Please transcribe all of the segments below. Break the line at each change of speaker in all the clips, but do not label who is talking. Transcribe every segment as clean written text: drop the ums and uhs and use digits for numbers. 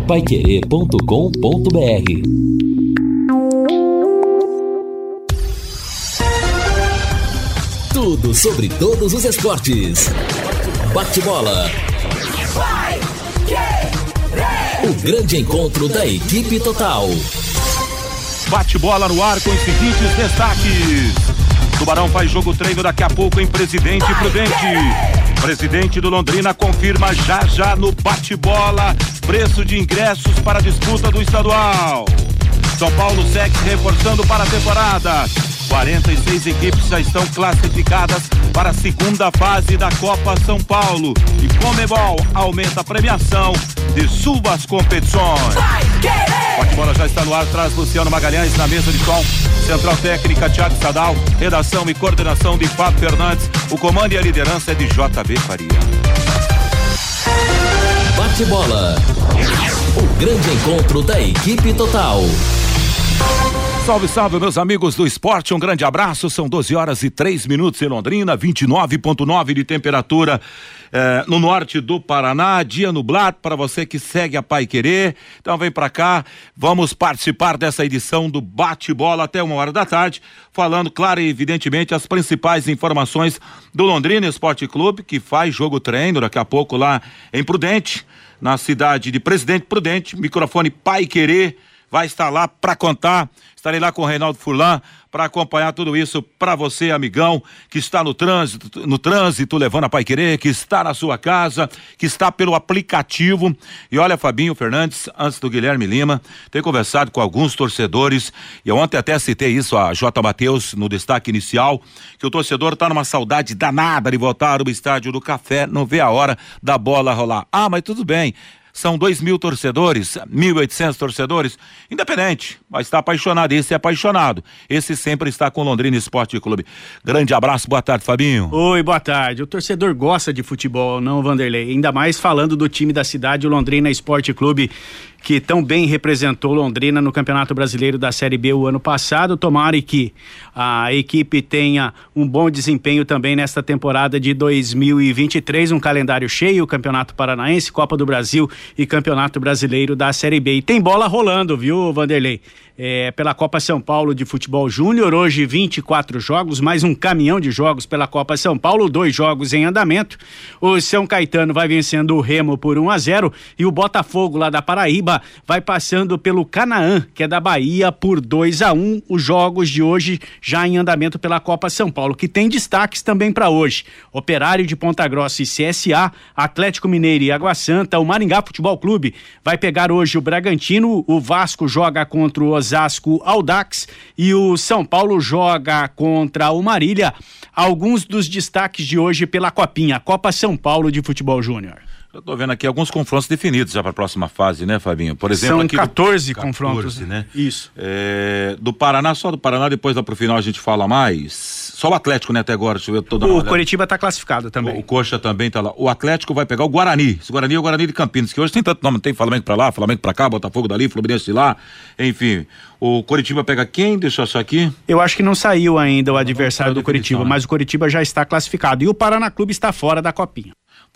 paiquerê.com.br. Tudo sobre todos os esportes. Bate-bola. O grande encontro da equipe total.
Bate-bola no ar com os seguintes destaques. Tubarão faz jogo treino daqui a pouco em Presidente Prudente. Presidente do Londrina confirma já no bate-bola preço de ingressos para a disputa do estadual. São Paulo segue se reforçando para a temporada. 46 equipes já estão classificadas para a segunda fase da Copa São Paulo. E Conmebol aumenta a premiação de suas competições. Bate-bola já está no ar, traz Luciano Magalhães na mesa de som. Central técnica Thiago Sadal, redação e coordenação de Fábio Fernandes. O comando e a liderança é de JB Faria.
Bate-bola. O grande encontro da equipe total.
Salve, salve, meus amigos do esporte, um grande abraço. São 12h03 em Londrina, 29,9 de temperatura no norte do Paraná, dia nublado para você que segue a Paiquerê. Então vem pra cá, vamos participar dessa edição do Bate-Bola até 1h da tarde, falando, claro e evidentemente, as principais informações do Londrina Esporte Clube, que faz jogo treino daqui a pouco lá em Prudente, na cidade de Presidente Prudente. Microfone Paiquerê vai estar lá para contar. Estarei lá com o Reinaldo Furlan para acompanhar tudo isso para você, amigão, que está no trânsito levando a Paiquerê, que está na sua casa, que está pelo aplicativo. E olha, Fabinho Fernandes, antes do Guilherme Lima, tem conversado com alguns torcedores, e eu ontem até citei isso a J. Mateus no destaque inicial, que o torcedor está numa saudade danada de voltar ao estádio do Café, não vê a hora da bola rolar. Ah, mas tudo bem. São 2.000 torcedores, 1.800 torcedores, independente, mas está apaixonado, esse é apaixonado, esse sempre está com o Londrina Esporte Clube. Grande abraço, boa tarde, Fabinho.
Oi, boa tarde. O torcedor gosta de futebol, não, Vanderlei? Ainda mais falando do time da cidade, o Londrina Esporte Clube, que tão bem representou Londrina no Campeonato Brasileiro da Série B o ano passado. Tomara que a equipe tenha um bom desempenho também nesta temporada de 2023, um calendário cheio, Campeonato Paranaense, Copa do Brasil e Campeonato Brasileiro da Série B. E tem bola rolando, viu, Vanderlei? Pela Copa São Paulo de Futebol Júnior, hoje 24 jogos, mais um caminhão de jogos pela Copa São Paulo, 2 jogos em andamento. O São Caetano vai vencendo o Remo por 1-0 e o Botafogo lá da Paraíba vai passando pelo Canaã, que é da Bahia, por 2-1. Os jogos de hoje já em andamento pela Copa São Paulo, que tem destaques também para hoje. Operário de Ponta Grossa e CSA, Atlético Mineiro e Água Santa. O Maringá Futebol Clube vai pegar hoje o Bragantino, o Vasco joga contra o Osasco Audax e o São Paulo joga contra o Marília. Alguns dos destaques de hoje pela Copinha, Copa São Paulo de Futebol Júnior.
Eu tô vendo aqui alguns confrontos definidos já para a próxima fase, né, Fabinho? Por exemplo,
são
aqui
14 confrontos,
né?
Isso.
Do Paraná, só do Paraná, depois lá pro final a gente fala mais. Só o Atlético, né, até agora, deixa eu ver toda.
O Coritiba tá classificado também.
O Coxa também tá lá. O Atlético vai pegar o Guarani. Esse Guarani é o Guarani de Campinas, que hoje tem tanto nome, tem Flamengo pra lá, Flamengo pra cá, Botafogo dali, Fluminense de lá, enfim. O Coritiba pega quem? Deixa eu achar aqui.
Eu acho que não saiu ainda o adversário do Coritiba, mas o Coritiba já está classificado. E o Paraná Clube está fora da Copinha.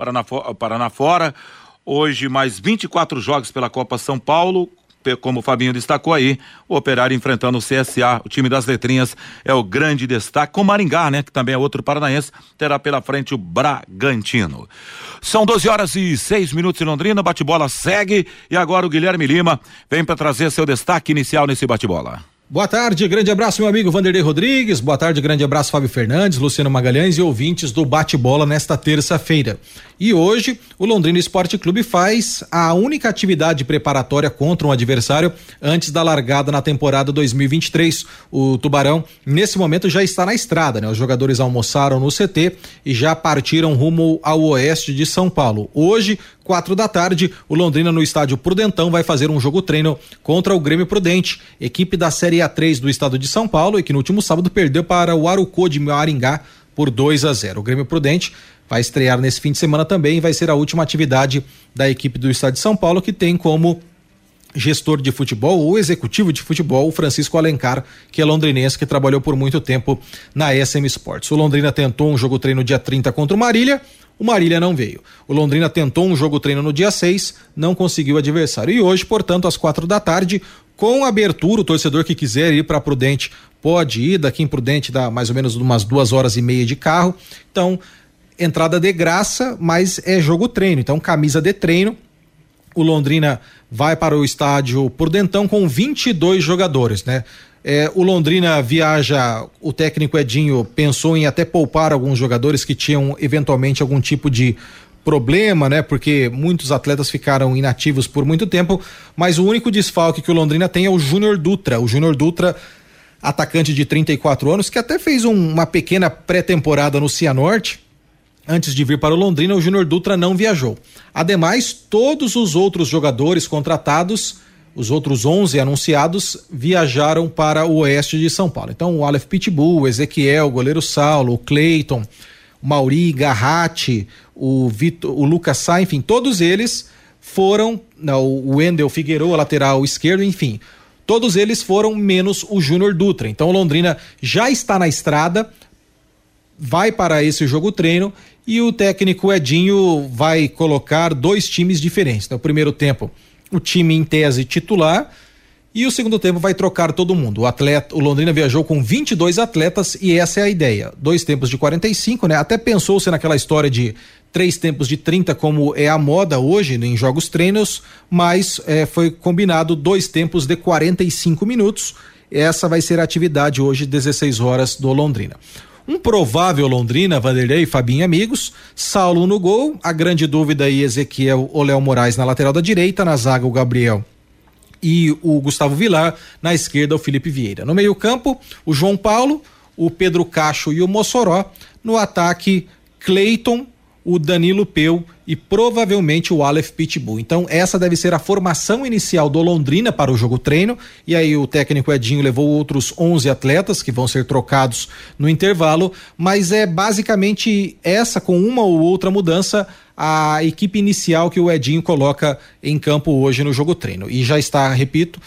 Paraná fora. Hoje mais 24 jogos pela Copa São Paulo, como o Fabinho destacou aí, o Operário enfrentando o CSA, o time das letrinhas é o grande destaque, com o Maringá, né, que também é outro paranaense, terá pela frente o Bragantino. São 12h06 em Londrina, bate-bola segue e agora o Guilherme Lima vem para trazer seu destaque inicial nesse bate-bola.
Boa tarde, grande abraço meu amigo Vanderlei Rodrigues, boa tarde, grande abraço Fábio Fernandes, Luciano Magalhães e ouvintes do Bate-Bola nesta terça-feira. E hoje o Londrina Esporte Clube faz a única atividade preparatória contra um adversário antes da largada na temporada 2023. O Tubarão nesse momento já está na estrada, né? Os jogadores almoçaram no CT e já partiram rumo ao oeste de São Paulo. Hoje, 4 da tarde, o Londrina no estádio Prudentão vai fazer um jogo treino contra o Grêmio Prudente, equipe da Série A3 do estado de São Paulo e que no último sábado perdeu para o Arucó de Maringá por 2-0. O Grêmio Prudente vai estrear nesse fim de semana também e vai ser a última atividade da equipe do estado de São Paulo, que tem como gestor de futebol ou executivo de futebol o Francisco Alencar, que é londrinense, que trabalhou por muito tempo na SM Sports. O Londrina tentou um jogo treino dia 30 contra o Marília. o Marília não veio. O Londrina tentou um jogo treino no dia 6, não conseguiu adversário. E hoje, portanto, às 16h, com abertura, o torcedor que quiser ir para Prudente pode ir. Daqui em Prudente dá mais ou menos umas 2h30 de carro. Então, entrada de graça, mas é jogo treino. Então, camisa de treino. O Londrina vai para o estádio Prudentão com 22 jogadores, né? O Londrina viaja, o técnico Edinho pensou em até poupar alguns jogadores que tinham eventualmente algum tipo de problema, né? Porque muitos atletas ficaram inativos por muito tempo, mas o único desfalque que o Londrina tem é o Júnior Dutra. O Júnior Dutra, atacante de 34 anos, que até fez uma pequena pré-temporada no Cianorte. Antes de vir para o Londrina, o Júnior Dutra não viajou. Ademais, todos os outros jogadores contratados, os outros 11 anunciados, viajaram para o oeste de São Paulo. Então, o Aleph Pitbull, o Ezequiel, o goleiro Saulo, o Cleiton, o Mauri, Garratti, o Lucas Sá, enfim, todos eles foram, o Wendel Figueiredo, lateral esquerdo, enfim, todos eles foram, menos o Júnior Dutra. Então, o Londrina já está na estrada, vai para esse jogo treino e o técnico Edinho vai colocar 2 times diferentes. No primeiro tempo, o time em tese titular, e o segundo tempo vai trocar todo mundo. O Londrina viajou com 22 atletas e essa é a ideia. 2 tempos de 45, né? Até pensou-se naquela história de 3 tempos de 30, como é a moda hoje em jogos treinos, mas foi combinado 2 tempos de 45 minutos. Essa vai ser a atividade hoje, 16 horas do Londrina. Um provável Londrina, Vanderlei, Fabinho, amigos, Saulo no gol, a grande dúvida aí, Ezequiel ou Léo Moraes na lateral da direita, na zaga o Gabriel e o Gustavo Vilar, na esquerda o Felipe Vieira. No meio campo, o João Paulo, o Pedro Cacho e o Mossoró, no ataque Cleiton, o Danilo Peu e provavelmente o Aleph Pitbull. Então essa deve ser a formação inicial do Londrina para o jogo treino, e aí o técnico Edinho levou outros 11 atletas que vão ser trocados no intervalo, mas é basicamente essa, com uma ou outra mudança, a equipe inicial que o Edinho coloca em campo hoje no jogo treino. E já está, repito,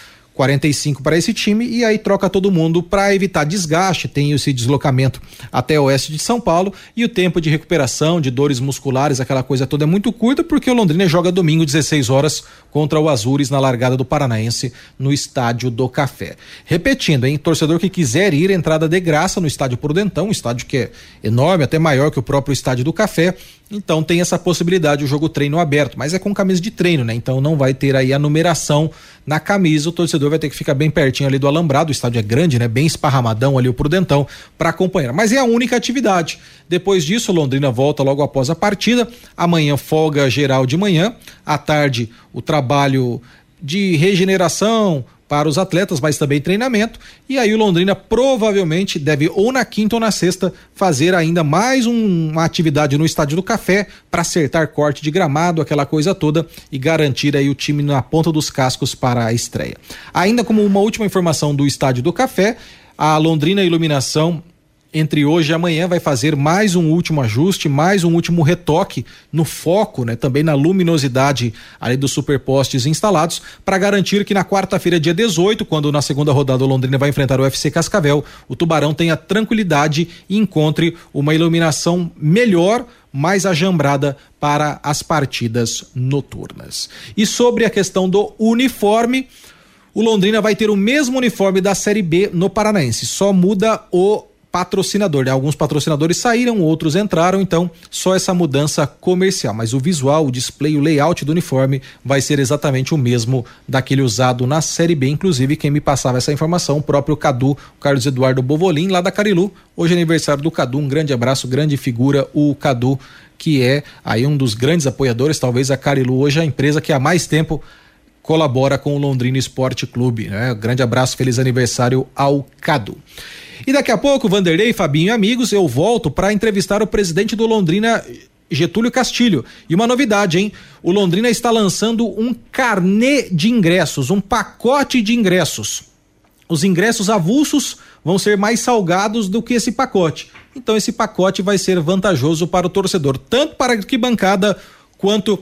45 para esse time, e aí troca todo mundo para evitar desgaste. Tem esse deslocamento até o oeste de São Paulo e o tempo de recuperação de dores musculares, aquela coisa toda é muito curta, porque o Londrina joga domingo 16 horas contra o Azures na largada do Paranaense no Estádio do Café. Repetindo, hein, torcedor que quiser ir, entrada de graça no Estádio Prudentão, um estádio que é enorme, até maior que o próprio Estádio do Café. Então tem essa possibilidade, o jogo treino aberto, mas é com camisa de treino, né? Então não vai ter aí a numeração na camisa, o torcedor vai ter que ficar bem pertinho ali do alambrado, o estádio é grande, né? Bem esparramadão ali o Prudentão para acompanhar, mas é a única atividade. Depois disso, o Londrina volta logo após a partida, amanhã folga geral de manhã, à tarde o trabalho de regeneração para os atletas, mas também treinamento, e aí o Londrina provavelmente deve, ou na quinta ou na sexta, fazer ainda mais uma atividade no Estádio do Café para acertar corte de gramado, aquela coisa toda, e garantir aí o time na ponta dos cascos para a estreia. Ainda como uma última informação do Estádio do Café, a Londrina Iluminação, entre hoje e amanhã, vai fazer mais um último ajuste, mais um último retoque no foco, né? Também na luminosidade ali dos superpostes instalados, para garantir que na quarta-feira, dia 18, quando na segunda rodada o Londrina vai enfrentar o FC Cascavel, o Tubarão tenha tranquilidade e encontre uma iluminação melhor, mais ajambrada para as partidas noturnas. E sobre a questão do uniforme, o Londrina vai ter o mesmo uniforme da Série B no Paranaense, só muda o patrocinador, né? Alguns patrocinadores saíram, outros entraram, então só essa mudança comercial, mas o visual, o display, o layout do uniforme vai ser exatamente o mesmo daquele usado na Série B. Inclusive, quem me passava essa informação, o próprio Cadu, o Carlos Eduardo Bovolin, lá da Carilu. Hoje é aniversário do Cadu, um grande abraço, grande figura, o Cadu, que é aí um dos grandes apoiadores, talvez a Carilu hoje é a empresa que há mais tempo colabora com o Londrina Esporte Clube, né? Grande abraço, feliz aniversário ao Cadu. E daqui a pouco, Vanderlei, Fabinho e amigos, eu volto para entrevistar o presidente do Londrina, Getúlio Castilho. E uma novidade, hein? O Londrina está lançando um carnê de ingressos, um pacote de ingressos. Os ingressos avulsos vão ser mais salgados do que esse pacote. Então esse pacote vai ser vantajoso para o torcedor, tanto para a arquibancada quanto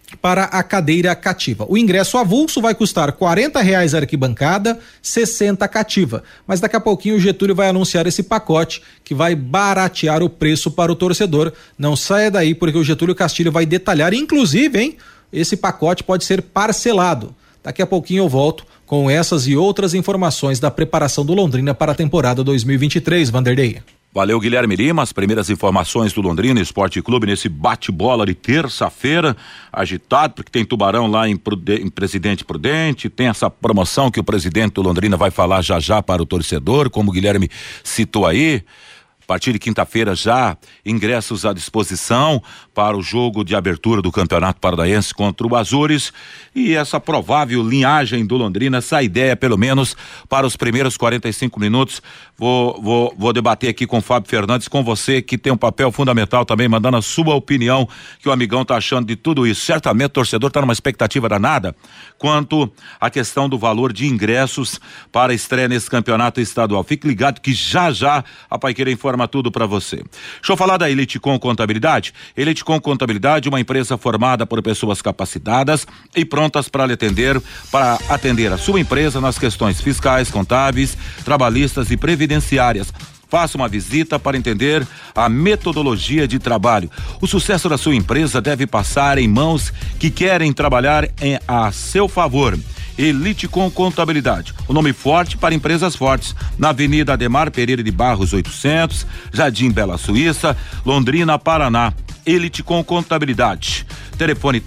para a cadeira cativa. O ingresso avulso vai custar R$40 a arquibancada, 60 cativa. Mas daqui a pouquinho o Getúlio vai anunciar esse pacote que vai baratear o preço para o torcedor. Não saia daí porque o Getúlio Castilho vai detalhar, inclusive, hein, esse pacote pode ser parcelado. Daqui a pouquinho eu volto com essas e outras informações da preparação do Londrina para a temporada 2023, Vanderlei.
Valeu, Guilherme Lima. As primeiras informações do Londrina Esporte Clube nesse bate-bola de terça-feira, agitado, porque tem Tubarão lá em Presidente Prudente, tem essa promoção que o presidente do Londrina vai falar já para o torcedor, como o Guilherme citou aí. A partir de quinta-feira já, ingressos à disposição para o jogo de abertura do Campeonato Paranaense contra o Azures e essa provável linhagem do Londrina, essa ideia pelo menos para os primeiros 45 minutos. Vou debater aqui com o Fábio Fernandes, com você que tem um papel fundamental também, mandando a sua opinião, que o amigão tá achando de tudo isso. Certamente o torcedor tá numa expectativa danada quanto à questão do valor de ingressos para a estreia nesse campeonato estadual. Fique ligado que já a Paiquerê informa tudo para você. Deixa eu falar da Eliticom Contabilidade. Eliticom Contabilidade, uma empresa formada por pessoas capacitadas e prontas para atender a sua empresa nas questões fiscais, contábeis, trabalhistas e previdenciárias. Faça uma visita para entender a metodologia de trabalho. O sucesso da sua empresa deve passar em mãos que querem trabalhar a seu favor. Eliticom Contabilidade, o nome forte para empresas fortes, na Avenida Ademar Pereira de Barros 800, Jardim Bela Suíça, Londrina, Paraná. Eliticom Contabilidade, telefone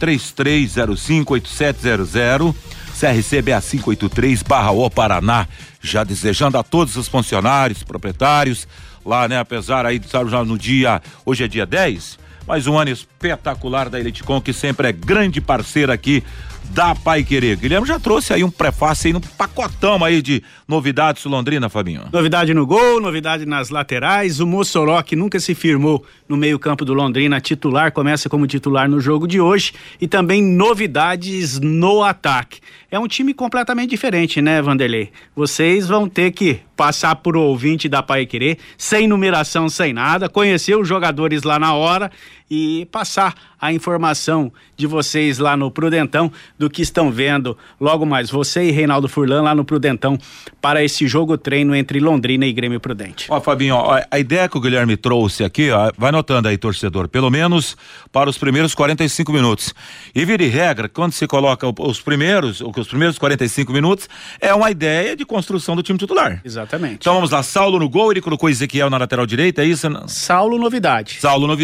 33058700, CRC BA 583/O Paraná. Já desejando a todos os funcionários, proprietários lá, né, apesar aí de estar já no dia, hoje é dia 10, mais um ano espetacular da Eliticom, que sempre é grande parceira aqui da Paiquerê. Guilherme já trouxe aí um prefácio aí, um pacotão aí de novidades do Londrina, Fabinho.
Novidade no gol, novidade nas laterais, o Mossoró, que nunca se firmou no meio-campo do Londrina, titular, começa como titular no jogo de hoje, e também novidades no ataque. É um time completamente diferente, né, Vanderlei? Vocês vão ter que passar por ouvinte da Paiquerê, sem numeração, sem nada, conhecer os jogadores lá na hora e passar a informação de vocês lá no Prudentão do que estão vendo logo mais, você e Reinaldo Furlan lá no Prudentão, para esse jogo treino entre Londrina e Grêmio Prudente.
Ó, Fabinho, a ideia que o Guilherme trouxe aqui, ó, vai notando aí, torcedor, pelo menos para os primeiros 45 minutos. E vira de regra, quando se coloca os primeiros 45 minutos, é uma ideia de construção do time titular.
Exatamente.
Então vamos lá, Saulo no gol, ele colocou Ezequiel na lateral direita, é isso?
Saulo, novidade.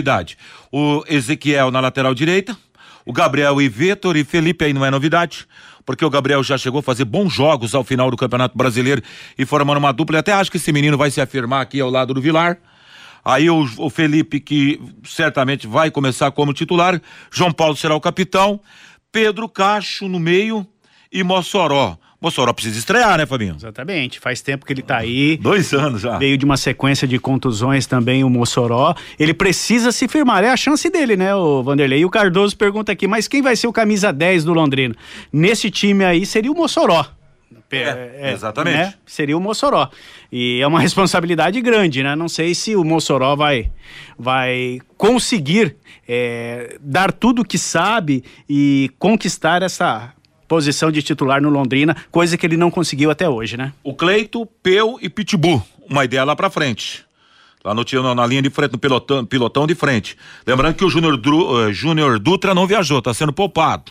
O Ezequiel na lateral direita, o Gabriel e Vitor e Felipe aí não é novidade, porque o Gabriel já chegou a fazer bons jogos ao final do Campeonato Brasileiro e formando uma dupla, e até acho que esse menino vai se afirmar aqui ao lado do Vilar. Aí o Felipe, que certamente vai começar como titular, João Paulo será o capitão, Pedro Cacho no meio e Mossoró precisa estrear, né, Fabinho?
Exatamente, faz tempo que ele tá aí.
2 anos já.
Veio de uma sequência de contusões também o Mossoró. Ele precisa se firmar, é a chance dele, né, o Vanderlei? E o Cardoso pergunta aqui, mas quem vai ser o camisa 10 do Londrina? Nesse time aí seria o Mossoró.
Exatamente.
Né? Seria o Mossoró. E é uma responsabilidade grande, né? Não sei se o Mossoró vai conseguir dar tudo o que sabe e conquistar essa posição de titular no Londrina, coisa que ele não conseguiu até hoje, né?
O Cleito, Peu e Pitbull, uma ideia lá pra frente. Lá na linha de frente, no pilotão de frente. Lembrando que o Júnior Dutra não viajou, tá sendo poupado.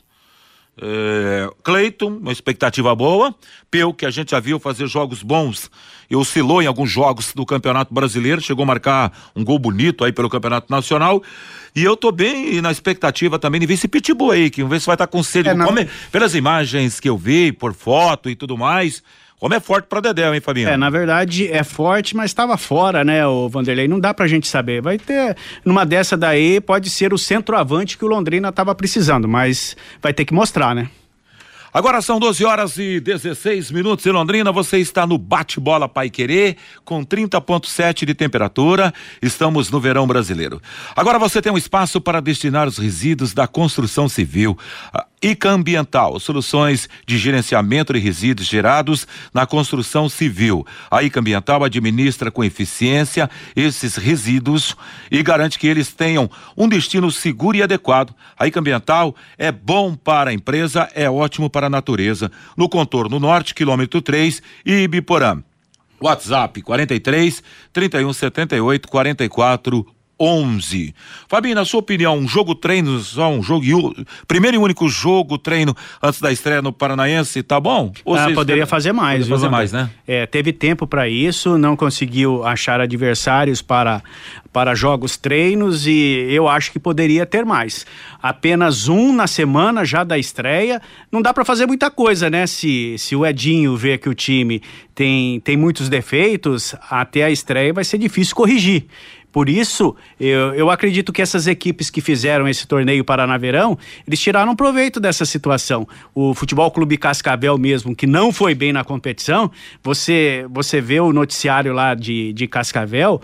Cleiton, uma expectativa boa. Peu, que a gente já viu fazer jogos bons e oscilou em alguns jogos do Campeonato Brasileiro, chegou a marcar um gol bonito aí pelo Campeonato Nacional. E eu tô bem na expectativa também de ver esse Pitbull aí, que vamos ver se vai estar com sede. Pelas imagens que eu vi, por foto e tudo mais, como é forte pra Dedéu, hein, Fabinho?
Na verdade é forte, mas estava fora, né, o Vanderlei, não dá pra gente saber, vai ter, numa dessa daí, pode ser o centroavante que o Londrina tava precisando, mas vai ter que mostrar, né?
Agora são 12h16 em Londrina, você está no Bate-Bola Paiquerê, com 30,7 de temperatura, estamos no verão brasileiro. Agora você tem um espaço para destinar os resíduos da construção civil. ICA Ambiental, soluções de gerenciamento de resíduos gerados na construção civil. A ICA Ambiental administra com eficiência esses resíduos e garante que eles tenham um destino seguro e adequado. A ICA Ambiental é bom para a empresa, é ótimo para a natureza. No contorno norte, quilômetro 3, Ibiporã. WhatsApp 43 31 78 44 11. Fabinho, na sua opinião, um jogo treino, só um jogo, primeiro e único jogo treino antes da estreia no Paranaense, tá bom?
Poderia fazer mais,
fazer mais, né?
Teve tempo para isso, não conseguiu achar adversários para jogos treinos e eu acho que poderia ter mais. Apenas um na semana já da estreia, não dá para fazer muita coisa, né? Se o Edinho vê que o time tem muitos defeitos, até a estreia vai ser difícil corrigir. Por isso, eu acredito que essas equipes que fizeram esse torneio Paraná-Verão, eles tiraram proveito dessa situação. O Futebol Clube Cascavel mesmo, que não foi bem na competição, você vê o noticiário lá de Cascavel,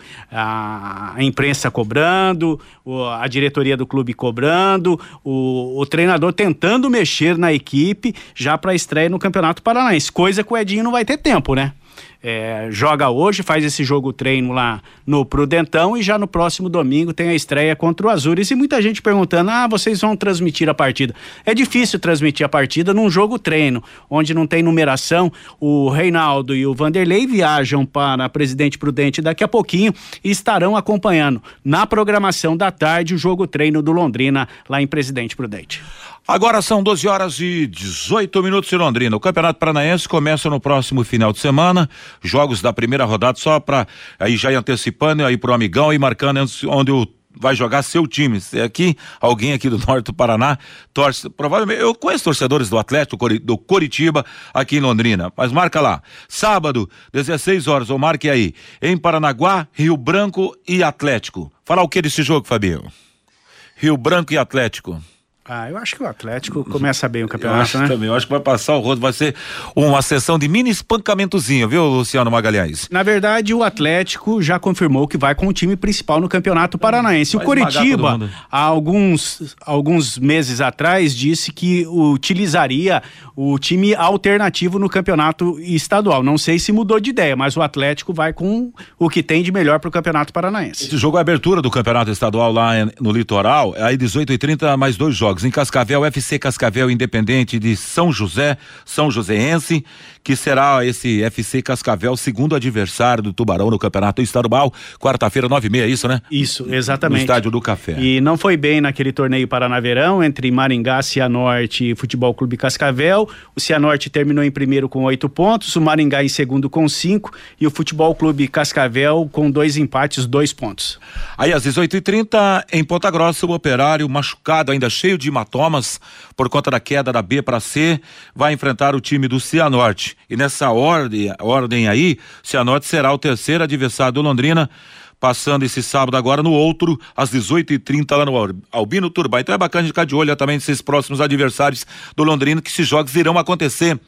a imprensa cobrando, a diretoria do clube cobrando, o treinador tentando mexer na equipe já para a estreia no Campeonato Paranaense, coisa que o Edinho não vai ter tempo, né? Joga hoje, faz esse jogo treino lá no Prudentão e já no próximo domingo tem a estreia contra o Azures e muita gente perguntando, vocês vão transmitir a partida. É difícil transmitir a partida num jogo treino, onde não tem numeração. O Reinaldo e o Vanderlei viajam para Presidente Prudente daqui a pouquinho e estarão acompanhando na programação da tarde o jogo treino do Londrina lá em Presidente Prudente.
Agora são 12 horas e 18 minutos em Londrina. O Campeonato Paranaense começa no próximo final de semana. Jogos da primeira rodada, só para aí já ir antecipando, aí pro amigão e marcando onde vai jogar seu time. Se aqui, alguém aqui do norte do Paraná torce, provavelmente, eu conheço torcedores do Atlético, do Coritiba, aqui em Londrina, mas marca lá, sábado, 16 horas, ou marque aí, em Paranaguá, Rio Branco e Atlético. Fala o que desse jogo, Fabinho? Rio Branco e Atlético.
Eu acho que o Atlético começa bem o campeonato, né?
Eu acho que vai passar o rodo, vai ser uma sessão de mini espancamentozinho, viu, Luciano Magalhães?
Na verdade, o Atlético já confirmou que vai com o time principal no Campeonato Paranaense. O Coritiba, há alguns meses atrás, disse que utilizaria o time alternativo no Campeonato Estadual. Não sei se mudou de ideia, mas o Atlético vai com o que tem de melhor para o Campeonato Paranaense.
Esse jogo é a abertura do Campeonato Estadual lá no Litoral, aí 18h30 mais 2 jogos. Em Cascavel, FC Cascavel Independente de São José, São Joséense, que será esse FC Cascavel, segundo adversário do Tubarão no Campeonato Estadual, quarta-feira, 9h30, é isso, né?
Isso, exatamente.
No Estádio do Café.
E não foi bem naquele torneio Paraná-Verão, entre Maringá, Cianorte e Futebol Clube Cascavel. O Cianorte terminou em primeiro com 8 pontos, o Maringá em segundo com 5 e o Futebol Clube Cascavel com 2 empates, 2 pontos.
Aí às 18h30, em Ponta Grossa, o Operário, machucado, ainda cheio de hematomas por conta da queda da B para C, vai enfrentar o time do Cianorte. E nessa ordem aí, Cianorte será o terceiro adversário do Londrina, passando esse sábado agora no outro, às 18h30 lá no Albino Turbay. Então é bacana ficar de olho também nesses próximos adversários do Londrina, que esses jogos irão acontecer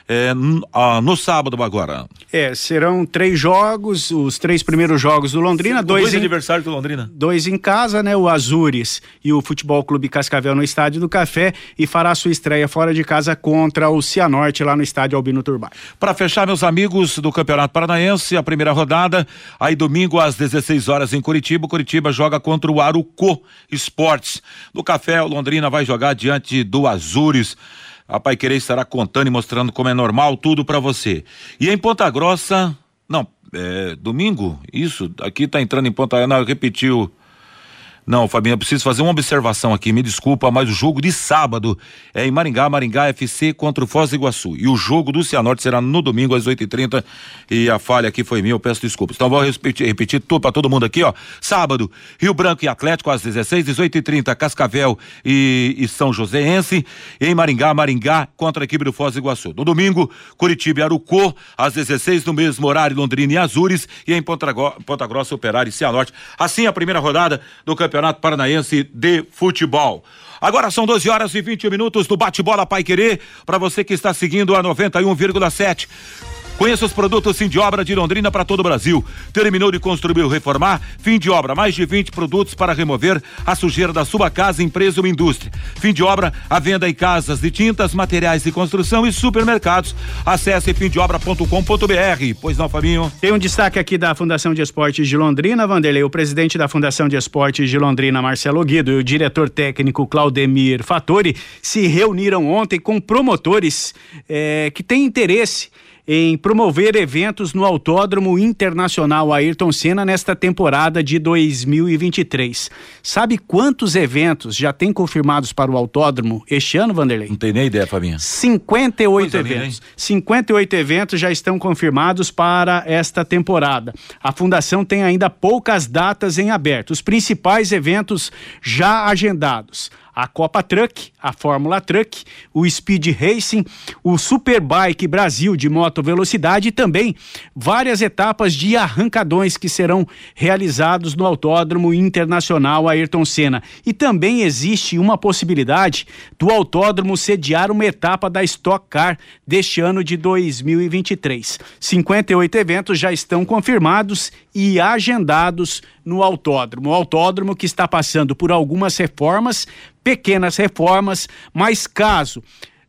no sábado agora.
Serão 3 jogos, os 3 primeiros jogos do Londrina, 2
aniversários do Londrina.
2 em casa, né? O Azures e o Futebol Clube Cascavel no Estádio do Café, e fará sua estreia fora de casa contra o Cianorte lá no Estádio Albino Turbay.
Para fechar, meus amigos do Campeonato Paranaense, a primeira rodada, aí domingo às 16 horas em Curitiba, o Curitiba joga contra o Arucó Esportes. No Café, o Londrina vai jogar diante do Azures. A Paiquerê estará contando e mostrando como é normal tudo pra você. E em Ponta Grossa, domingo, isso, aqui tá entrando em Ponta, não, repetiu. Não, Fabinho, eu preciso fazer uma observação aqui, me desculpa, mas o jogo de sábado é em Maringá FC contra o Foz do Iguaçu. E o jogo do Cianorte será no domingo às 8h30 e a falha aqui foi minha, eu peço desculpas. Então vou repetir tudo para todo mundo aqui, ó. Sábado, Rio Branco e Atlético às 16, 18h30, Cascavel e São Joséense. E em Maringá contra a equipe do Foz do Iguaçu. No domingo, Curitiba e Arucó às 16, no mesmo horário, Londrina e Azures. E em Ponta Grossa, Operário e Cianorte. Assim a primeira rodada do Campeonato Paranaense de Futebol. Agora são 12 horas e 21 minutos do Bate-Bola Paiquerê, para você que está seguindo a 91,7. Conheça os produtos Fim de Obra de Londrina para todo o Brasil. Terminou de construir ou reformar? Fim de Obra, mais de 20 produtos para remover a sujeira da sua casa, empresa ou indústria. Fim de Obra, a venda em casas de tintas, materiais de construção e supermercados. Acesse fimdeobra.com.br. Pois não, Fabinho?
Tem um destaque aqui da Fundação de Esportes de Londrina, Vanderlei. O presidente da Fundação de Esportes de Londrina, Marcelo Guido, e o diretor técnico Claudemir Fattori se reuniram ontem com promotores que têm interesse em promover eventos no Autódromo Internacional Ayrton Senna nesta temporada de 2023. Sabe quantos eventos já tem confirmados para o autódromo este ano, Vanderlei?
Não tem nem ideia, Fabinho.
58 eventos. 58 eventos já estão confirmados para esta temporada. A fundação tem ainda poucas datas em aberto. Os principais eventos já agendados: a Copa Truck, a Fórmula Truck, o Speed Racing, o Superbike Brasil de moto velocidade e também várias etapas de arrancadões que serão realizados no Autódromo Internacional Ayrton Senna. E também existe uma possibilidade do autódromo sediar uma etapa da Stock Car deste ano de 2023. 58 eventos já estão confirmados e agendados no autódromo. O autódromo que está passando por algumas reformas, pequenas reformas, mas caso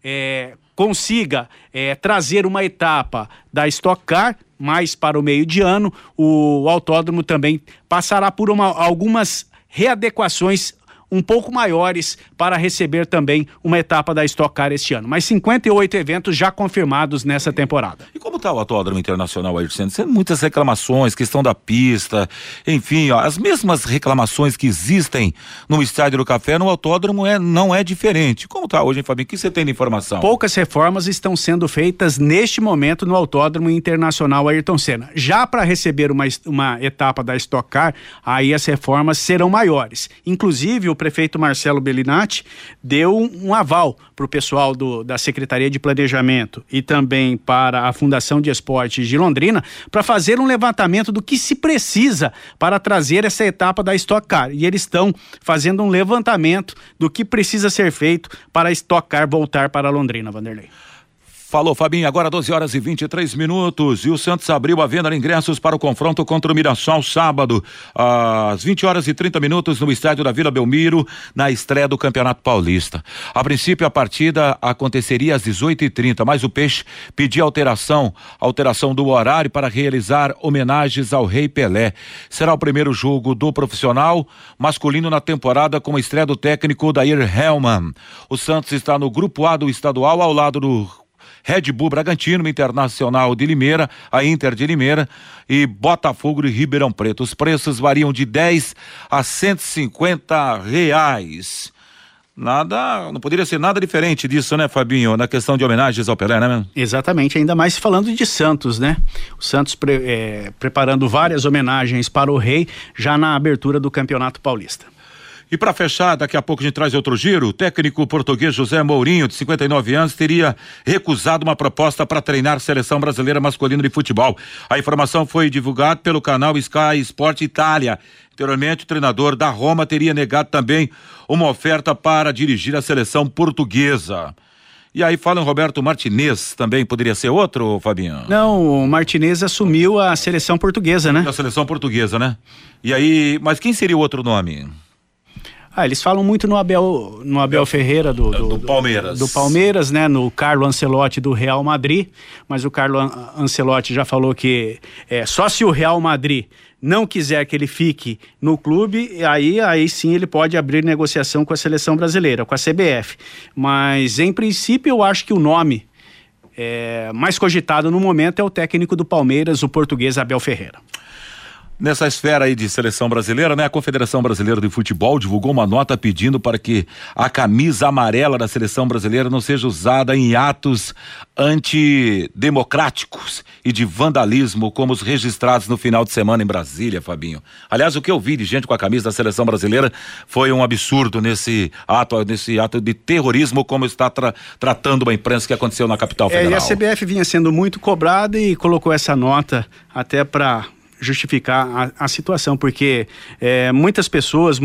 consiga trazer uma etapa da Stock Car mais para o meio de ano, o autódromo também passará por algumas readequações um pouco maiores para receber também uma etapa da Stock Car este ano. Mas 58 eventos já confirmados nessa temporada.
E como está o Autódromo Internacional Ayrton Senna? Tem muitas reclamações, questão da pista, enfim, as mesmas reclamações que existem no Estádio do Café, no autódromo não é diferente. Como está hoje, hein, Fabinho? O que você tem de informação?
Poucas reformas estão sendo feitas neste momento no Autódromo Internacional Ayrton Senna. Já para receber uma etapa da Stock Car, aí as reformas serão maiores. Inclusive, o prefeito Marcelo Bellinati deu um aval para o pessoal da Secretaria de Planejamento e também para a Fundação de Esportes de Londrina para fazer um levantamento do que se precisa para trazer essa etapa da Stock Car. E eles estão fazendo um levantamento do que precisa ser feito para a Stock Car voltar para Londrina, Vanderlei.
Falou, Fabinho, agora 12h23 e o Santos abriu a venda de ingressos para o confronto contra o Mirassol sábado, às 20h30 no estádio da Vila Belmiro, na estreia do Campeonato Paulista. A princípio a partida aconteceria às 18h30, mas o Peixe pediu alteração do horário para realizar homenagens ao Rei Pelé. Será o primeiro jogo do profissional masculino na temporada com a estreia do técnico Dair Hellman. O Santos está no grupo A do estadual ao lado do Red Bull Bragantino, Internacional de Limeira, a Inter de Limeira e Botafogo de Ribeirão Preto. Os preços variam de 10 a 150 reais. Não poderia ser nada diferente disso, né, Fabinho, na questão de homenagens ao Pelé, né?
Exatamente, ainda mais falando de Santos, né? O Santos preparando várias homenagens para o Rei já na abertura do Campeonato Paulista.
E para fechar, daqui a pouco a gente traz outro giro. O técnico português José Mourinho, de 59 anos, teria recusado uma proposta para treinar a seleção brasileira masculina de futebol. A informação foi divulgada pelo canal Sky Sport Itália. Anteriormente, o treinador da Roma teria negado também uma oferta para dirigir a seleção portuguesa. E aí fala em Roberto Martinez, também poderia ser outro, Fabinho?
Não, o Martinez assumiu a seleção portuguesa, né?
A seleção portuguesa, né? E aí, mas quem seria o outro nome?
Eles falam muito no Abel Ferreira do
Palmeiras.
Do Palmeiras, né? No Carlo Ancelotti do Real Madrid, mas o Carlo Ancelotti já falou que só se o Real Madrid não quiser que ele fique no clube, aí sim ele pode abrir negociação com a seleção brasileira, com a CBF. Mas em princípio eu acho que o nome mais cogitado no momento é o técnico do Palmeiras, o português Abel Ferreira.
Nessa esfera aí de seleção brasileira, né? A Confederação Brasileira de Futebol divulgou uma nota pedindo para que a camisa amarela da seleção brasileira não seja usada em atos antidemocráticos e de vandalismo como os registrados no final de semana em Brasília, Fabinho. Aliás, o que eu vi de gente com a camisa da seleção brasileira foi um absurdo nesse ato de terrorismo como está tratando a imprensa que aconteceu na capital federal.
E a CBF vinha sendo muito cobrada e colocou essa nota até para justificar a situação, porque muitas pessoas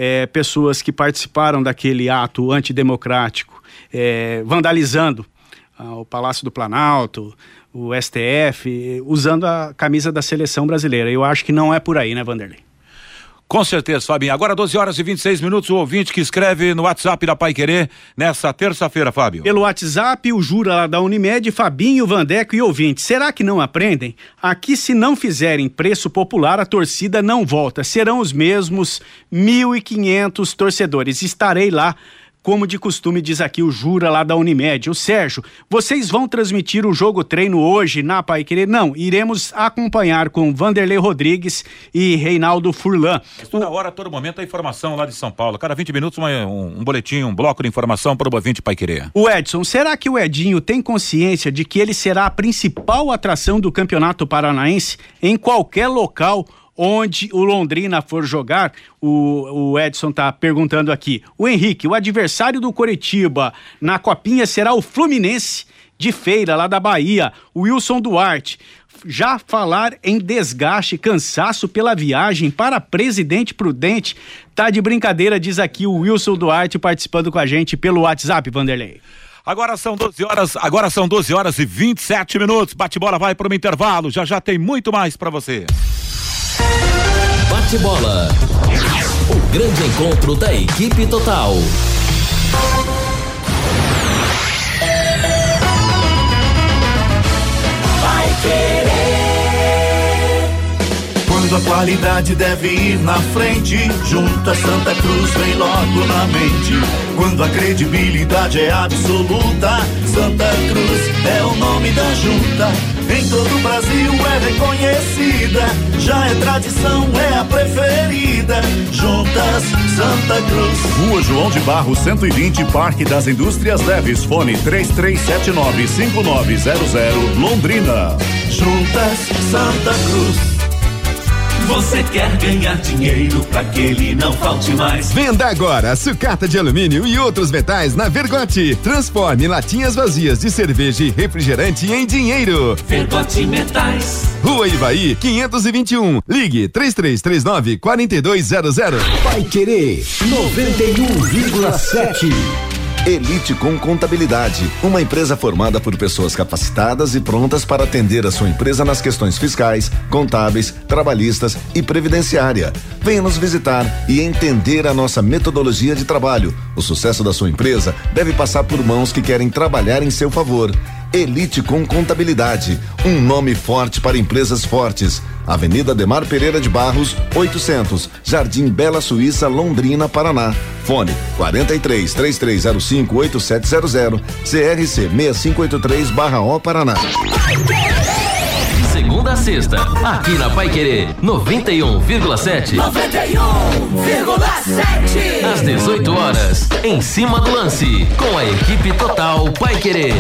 que participaram daquele ato antidemocrático, vandalizando o Palácio do Planalto, o STF, usando a camisa da seleção brasileira. Eu acho que não é por aí, né, Vanderlei?
Com certeza, Fabinho. Agora 12h26, o ouvinte que escreve no WhatsApp da Paiquerê nessa terça-feira, Fábio.
Pelo WhatsApp, o Jura lá da Unimed, Fabinho, Vandeco e ouvinte. Será que não aprendem? Aqui, se não fizerem preço popular, a torcida não volta. Serão os mesmos 1.500 torcedores. Estarei lá. Como de costume, diz aqui o Jura lá da Unimed. O Sérgio, vocês vão transmitir o jogo treino hoje na Paiquerê? Não, iremos acompanhar com Vanderlei Rodrigues e Reinaldo Furlan.
Toda hora, todo momento, a informação lá de São Paulo. Cada 20 minutos, um boletim, um bloco de informação para o ouvinte Paiquerê.
O Edson, será que o Edinho tem consciência de que ele será a principal atração do Campeonato Paranaense em qualquer local onde o Londrina for jogar? O Edson tá perguntando aqui. O Henrique, o adversário do Coritiba na Copinha será o Fluminense de Feira, lá da Bahia. O Wilson Duarte. Já falar em desgaste, cansaço pela viagem para Presidente Prudente, tá de brincadeira, diz aqui o Wilson Duarte participando com a gente pelo WhatsApp, Vanderlei.
Agora são 12 horas e 27 minutos. Bate-bola vai para um intervalo. Já tem muito mais para você.
Bate-bola. O grande encontro da equipe total.
Vai querer. Quando a qualidade deve ir na frente, junta Santa Cruz vem logo na mente. Quando a credibilidade é absoluta, Santa Cruz é o nome da junta. Em todo o Brasil é reconhecida, já é tradição, é a preferida. Juntas Santa Cruz.
Rua João de Barro 120, Parque das Indústrias Leves, fone 3379-5900, Londrina.
Juntas Santa Cruz. Você quer ganhar dinheiro pra que ele não falte mais?
Venda agora sucata de alumínio e outros metais na Vergote. Transforme latinhas vazias de cerveja e refrigerante em dinheiro.
Vergote Metais.
Rua Ivaí 521. Ligue 3339-4200.
Vai querer 91,7.
Elite com Contabilidade, uma empresa formada por pessoas capacitadas e prontas para atender a sua empresa nas questões fiscais, contábeis, trabalhistas e previdenciária. Venha nos visitar e entender a nossa metodologia de trabalho. O sucesso da sua empresa deve passar por mãos que querem trabalhar em seu favor. Elite com Contabilidade, um nome forte para empresas fortes. Avenida Ademar Pereira de Barros, 800, Jardim Bela Suíça, Londrina, Paraná. Fone 43-3305-8700, CRC 6583/O Paraná.
Segunda a sexta, aqui na Paiquerê, 91,7.
91,7.
Às 18 horas, em cima do lance, com a equipe total Paiquerê.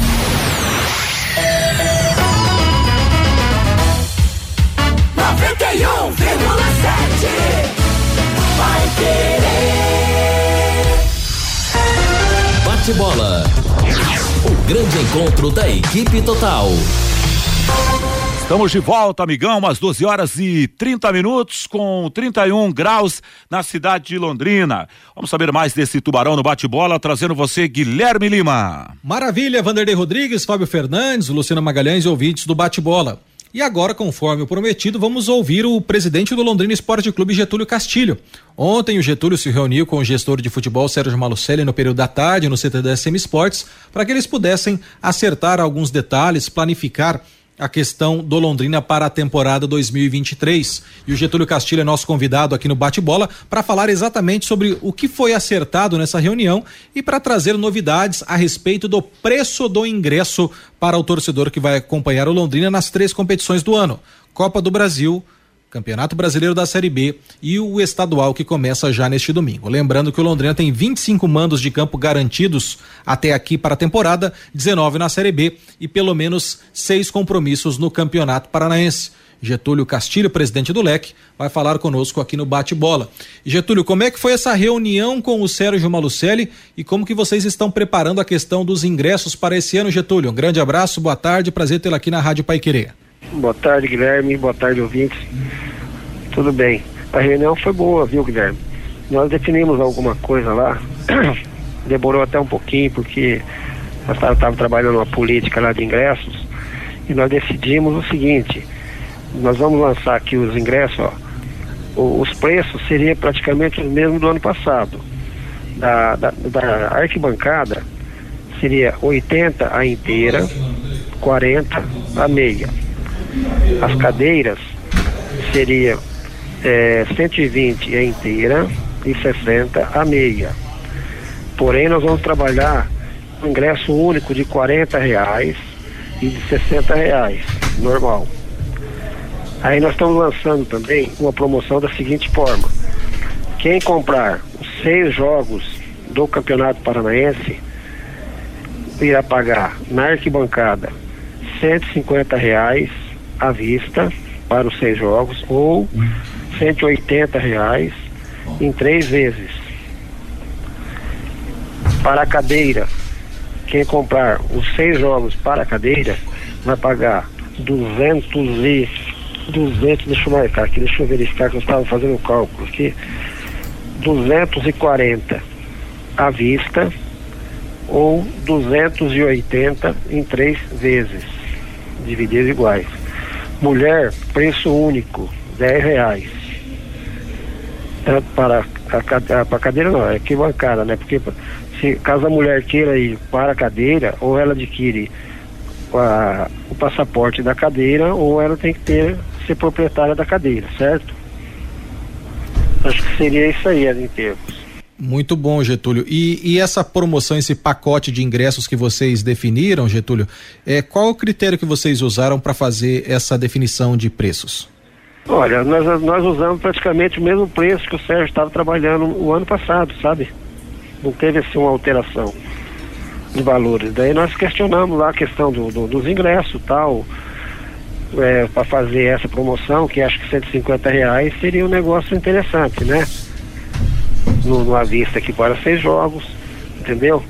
Vai querer.
Bate-bola. O grande encontro da equipe total.
Estamos de volta, amigão, às 12 horas e 30 minutos, com 31 graus na cidade de Londrina. Vamos saber mais desse Tubarão no bate-bola, trazendo você, Guilherme Lima.
Maravilha, Vanderlei Rodrigues, Fábio Fernandes, Luciano Magalhães e ouvintes do bate-bola. E agora, conforme o prometido, vamos ouvir o presidente do Londrina Esporte Clube, Getúlio Castilho. Ontem o Getúlio se reuniu com o gestor de futebol Sérgio Malucelli no período da tarde no CT da SM Sports para que eles pudessem acertar alguns detalhes, planificar a questão do Londrina para a temporada 2023. E o Getúlio Castilho é nosso convidado aqui no Bate-Bola para falar exatamente sobre o que foi acertado nessa reunião e para trazer novidades a respeito do preço do ingresso para o torcedor que vai acompanhar o Londrina nas 3 competições do ano: Copa do Brasil, Campeonato Brasileiro da Série B e o estadual que começa já neste domingo. Lembrando que o Londrina tem 25 mandos de campo garantidos até aqui para a temporada, 19 na Série B e pelo menos 6 compromissos no Campeonato Paranaense. Getúlio Castilho, presidente do LEC, vai falar conosco aqui no Bate-Bola. Getúlio, como é que foi essa reunião com o Sérgio Malucelli e como que vocês estão preparando a questão dos ingressos para esse ano, Getúlio? Um grande abraço, boa tarde, prazer tê-lo aqui na Rádio Paiquerê.
Boa tarde, Guilherme, boa tarde, ouvintes. Tudo bem. A reunião foi boa, viu, Guilherme? Nós definimos alguma coisa lá, demorou até um pouquinho, porque nós estávamos trabalhando uma política lá de ingressos e nós decidimos o seguinte: nós vamos lançar aqui os ingressos, ó, os preços seriam praticamente os mesmos do ano passado. Da arquibancada seria 80 a inteira, 40 a meia. As cadeiras seria 120 a inteira e 60 a meia. Porém, nós vamos trabalhar um ingresso único de R$40 e de R$60, normal. Aí nós estamos lançando também uma promoção da seguinte forma: quem comprar os 6 jogos do Campeonato Paranaense irá pagar na arquibancada R$150 à vista para os 6 jogos, ou R$180 em 3 vezes. Para a cadeira, quem comprar os 6 jogos para a cadeira vai pagar 200, deixa eu marcar aqui, deixa eu verificar que eu estava fazendo o cálculo aqui, 240 à vista ou 280 em 3 vezes, divididos iguais. Mulher, preço único, R$10. Para a cadeira não, é arquibancada, né? Porque caso a mulher queira ir para a cadeira, ou ela adquire o passaporte da cadeira, ou ela tem que ser proprietária da cadeira, certo? Acho que seria isso aí, em termos.
Muito bom, Getúlio. E essa promoção, esse pacote de ingressos que vocês definiram, Getúlio, qual o critério que vocês usaram para fazer essa definição de preços?
Olha, nós usamos praticamente o mesmo preço que o Sérgio estava trabalhando o ano passado, sabe? Não teve assim uma alteração de valores. Daí nós questionamos lá a questão dos ingressos e tal, para fazer essa promoção, que acho que R$150 seria um negócio interessante, né? Numa vista aqui para 6 jogos, entendeu?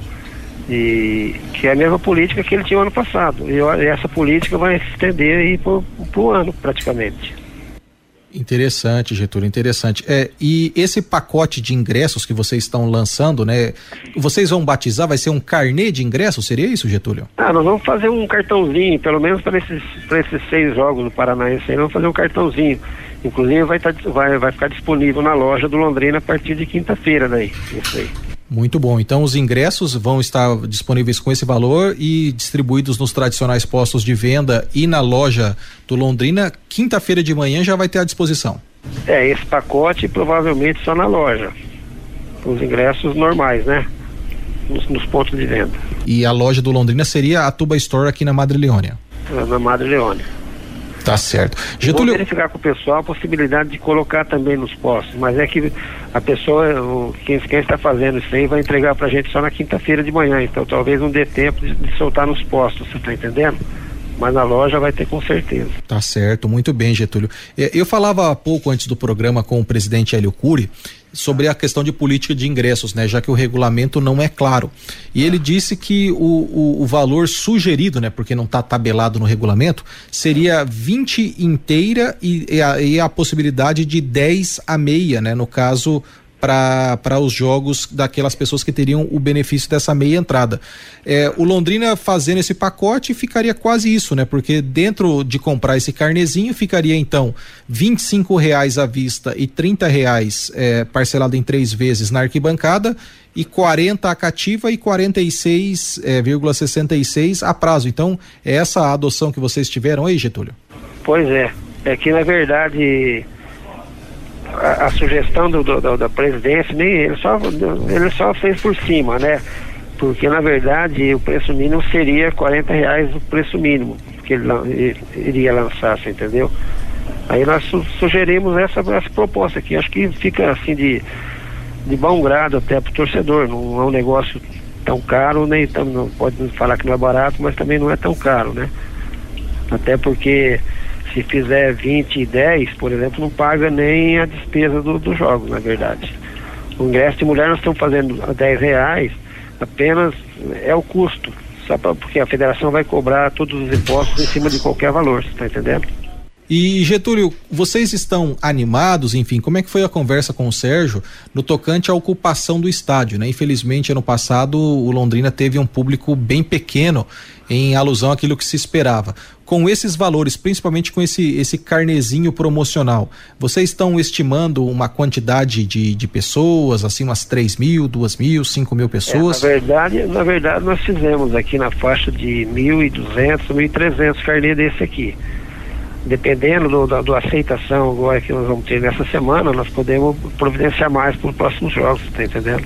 E que é a mesma política que ele tinha ano passado. E essa política vai se estender aí pro ano, praticamente.
Interessante, Getúlio, interessante. E esse pacote de ingressos que vocês estão lançando, né? Vocês vão batizar, vai ser um carnê de ingressos, seria isso, Getúlio?
Nós vamos fazer um cartãozinho, pelo menos para esses 6 jogos do Paranaense aí, vamos fazer um cartãozinho. Inclusive vai ficar disponível na loja do Londrina a partir de quinta-feira, daí, isso aí.
Muito bom, então os ingressos vão estar disponíveis com esse valor e distribuídos nos tradicionais postos de venda e na loja do Londrina. Quinta-feira de manhã já vai ter à disposição.
Esse pacote provavelmente só na loja, os ingressos normais, né, nos pontos de venda.
E a loja do Londrina seria a Tuba Store aqui na Madre Leônia?
Na Madre Leônia.
Tá certo. Getúlio,
vou verificar com o pessoal a possibilidade de colocar também nos postos, mas é que a pessoa, quem está fazendo isso aí vai entregar pra gente só na quinta-feira de manhã, então talvez não dê tempo de soltar nos postos, você tá entendendo? Mas na loja vai ter com certeza.
Tá certo, muito bem, Getúlio. Eu falava há pouco antes do programa com o presidente Hélio Cury sobre a questão de política de ingressos, né? Já que o regulamento não é claro. E ele disse que o valor sugerido, né? Porque não está tabelado no regulamento, seria 20 inteira e a possibilidade de 10 a meia, né? No caso, para os jogos daquelas pessoas que teriam o benefício dessa meia entrada. O Londrina fazendo esse pacote ficaria quase isso, né? Porque dentro de comprar esse carnezinho ficaria então R$25 à vista e R$30 parcelado em 3 vezes na arquibancada e 40 a cativa e 46,66 a prazo. Então, é essa a adoção que vocês tiveram aí, Getúlio?
Pois é que na verdade a sugestão da presidência, nem ele só fez por cima, né? Porque na verdade o preço mínimo seria R$40 o preço mínimo que ele iria lançar, você entendeu? Aí nós sugerimos essa proposta aqui, acho que fica assim de bom grado até pro torcedor, não é um negócio tão caro, nem tão, não pode falar que não é barato, mas também não é tão caro, né? Até porque se fizer 20 e 10, por exemplo, não paga nem a despesa dos jogos, na verdade. O ingresso de mulher nós estamos fazendo a R$10, apenas é o custo, só porque a federação vai cobrar todos os impostos em cima de qualquer valor, você está entendendo?
E Getúlio, vocês estão animados, enfim, como é que foi a conversa com o Sérgio no tocante à ocupação do estádio, né? Infelizmente, ano passado, o Londrina teve um público bem pequeno em alusão àquilo que se esperava. Com esses valores, principalmente com esse carnezinho promocional, vocês estão estimando uma quantidade de pessoas, assim, umas 3.000, 2.000, 5.000 pessoas?
Na verdade, nós fizemos aqui na faixa de 1.200, 1.300 carnê desse aqui. Dependendo da aceitação agora que nós vamos ter nessa semana, nós podemos providenciar mais para os próximos jogos, tá entendendo?